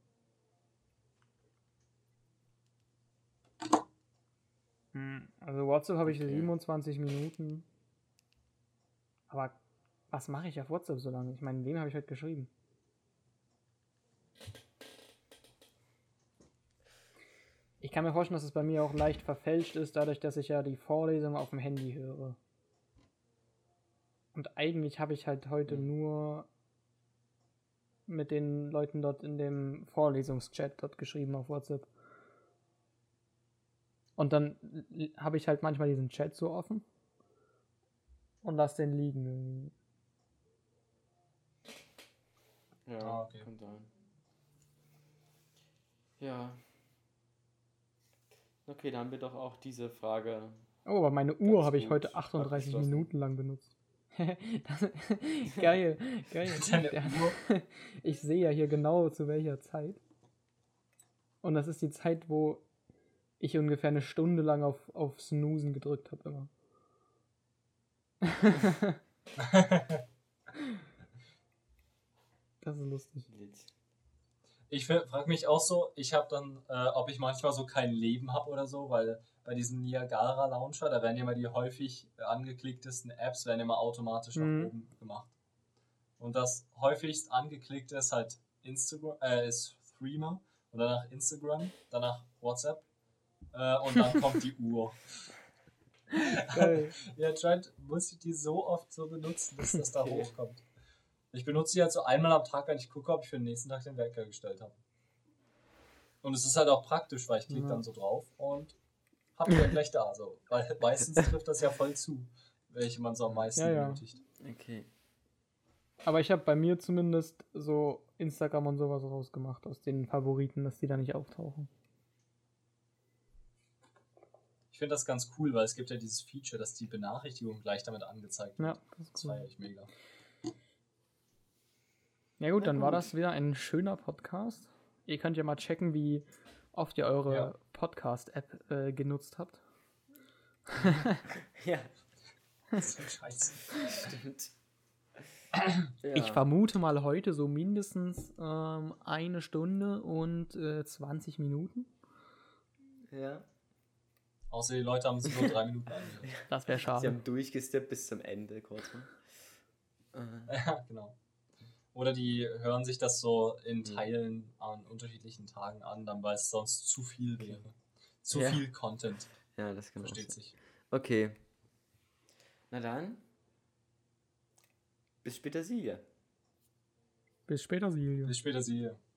Hm, Also WhatsApp habe ich Okay. siebenundzwanzig Minuten. Aber was mache ich auf WhatsApp so lange? Ich meine, wem habe ich heute geschrieben? Ich kann mir vorstellen, dass es bei mir auch leicht verfälscht ist, dadurch, dass ich ja die Vorlesung auf dem Handy höre. Und eigentlich habe ich halt heute Hm. nur mit den Leuten dort in dem Vorlesungschat dort geschrieben auf WhatsApp. Und dann l- habe ich halt manchmal diesen Chat so offen und lass den liegen irgendwie. Ja, Ah, okay. kann sein. Ja. Okay, dann haben wir doch auch diese Frage. Oh, aber meine Uhr Ganz habe ich gut heute achtunddreißig abgeschlossen. Minuten lang benutzt. das, geil, geil. Deine Der- Uhr? Ich sehe ja hier genau zu welcher Zeit. Und das ist die Zeit, wo ich ungefähr eine Stunde lang auf, auf Snoozen gedrückt habe immer. Das ist lustig. Ich frage mich auch so, ich habe dann, äh, ob ich manchmal so kein Leben habe oder so, weil bei diesem Niagara Launcher, da werden immer die häufig angeklicktesten Apps, werden immer automatisch nach Mhm. oben gemacht. Und das häufigst angeklickte ist halt Instagram, äh, ist Threema und danach Instagram, danach WhatsApp äh, und dann kommt die Uhr. Geil. Ja, anscheinend muss ich die so oft so benutzen, bis das da hochkommt. Ich benutze die halt so einmal am Tag, wenn ich gucke, ob ich für den nächsten Tag den Wecker gestellt habe. Und es ist halt auch praktisch, weil ich klicke Ja. dann so drauf und hab die dann gleich da. So. Weil meistens trifft das ja voll zu, welche man so am meisten Ja, ja. benötigt. Okay. Aber ich habe bei mir zumindest so Instagram und sowas rausgemacht aus den Favoriten, dass die da nicht auftauchen. Ich finde das ganz cool, weil es gibt ja dieses Feature, dass die Benachrichtigung gleich damit angezeigt wird. Ja, das ist Das cool. feiere ich mega. Ja gut, Na dann war gut. das wieder ein schöner Podcast. Ihr könnt ja mal checken, wie oft ihr eure Ja. Podcast-App äh, genutzt habt. Ja, Das ist so scheiße. stimmt. Ja. Ich vermute mal heute so mindestens ähm, eine Stunde und äh, zwanzig Minuten. Ja. Außer die Leute haben es nur drei Minuten angehört. Das wäre Sie schade. haben durchgesteppt bis zum Ende, kurz mal. Äh, Ja, genau. Oder die hören sich das so in Mhm. Teilen an unterschiedlichen Tagen an, dann weil es sonst zu viel wäre. Zu Ja. viel Content. Ja, das kann auch Versteht sein. sich. Okay. Na dann. Bis später, Silja. Bis später, Silvio. Bis später, siehe.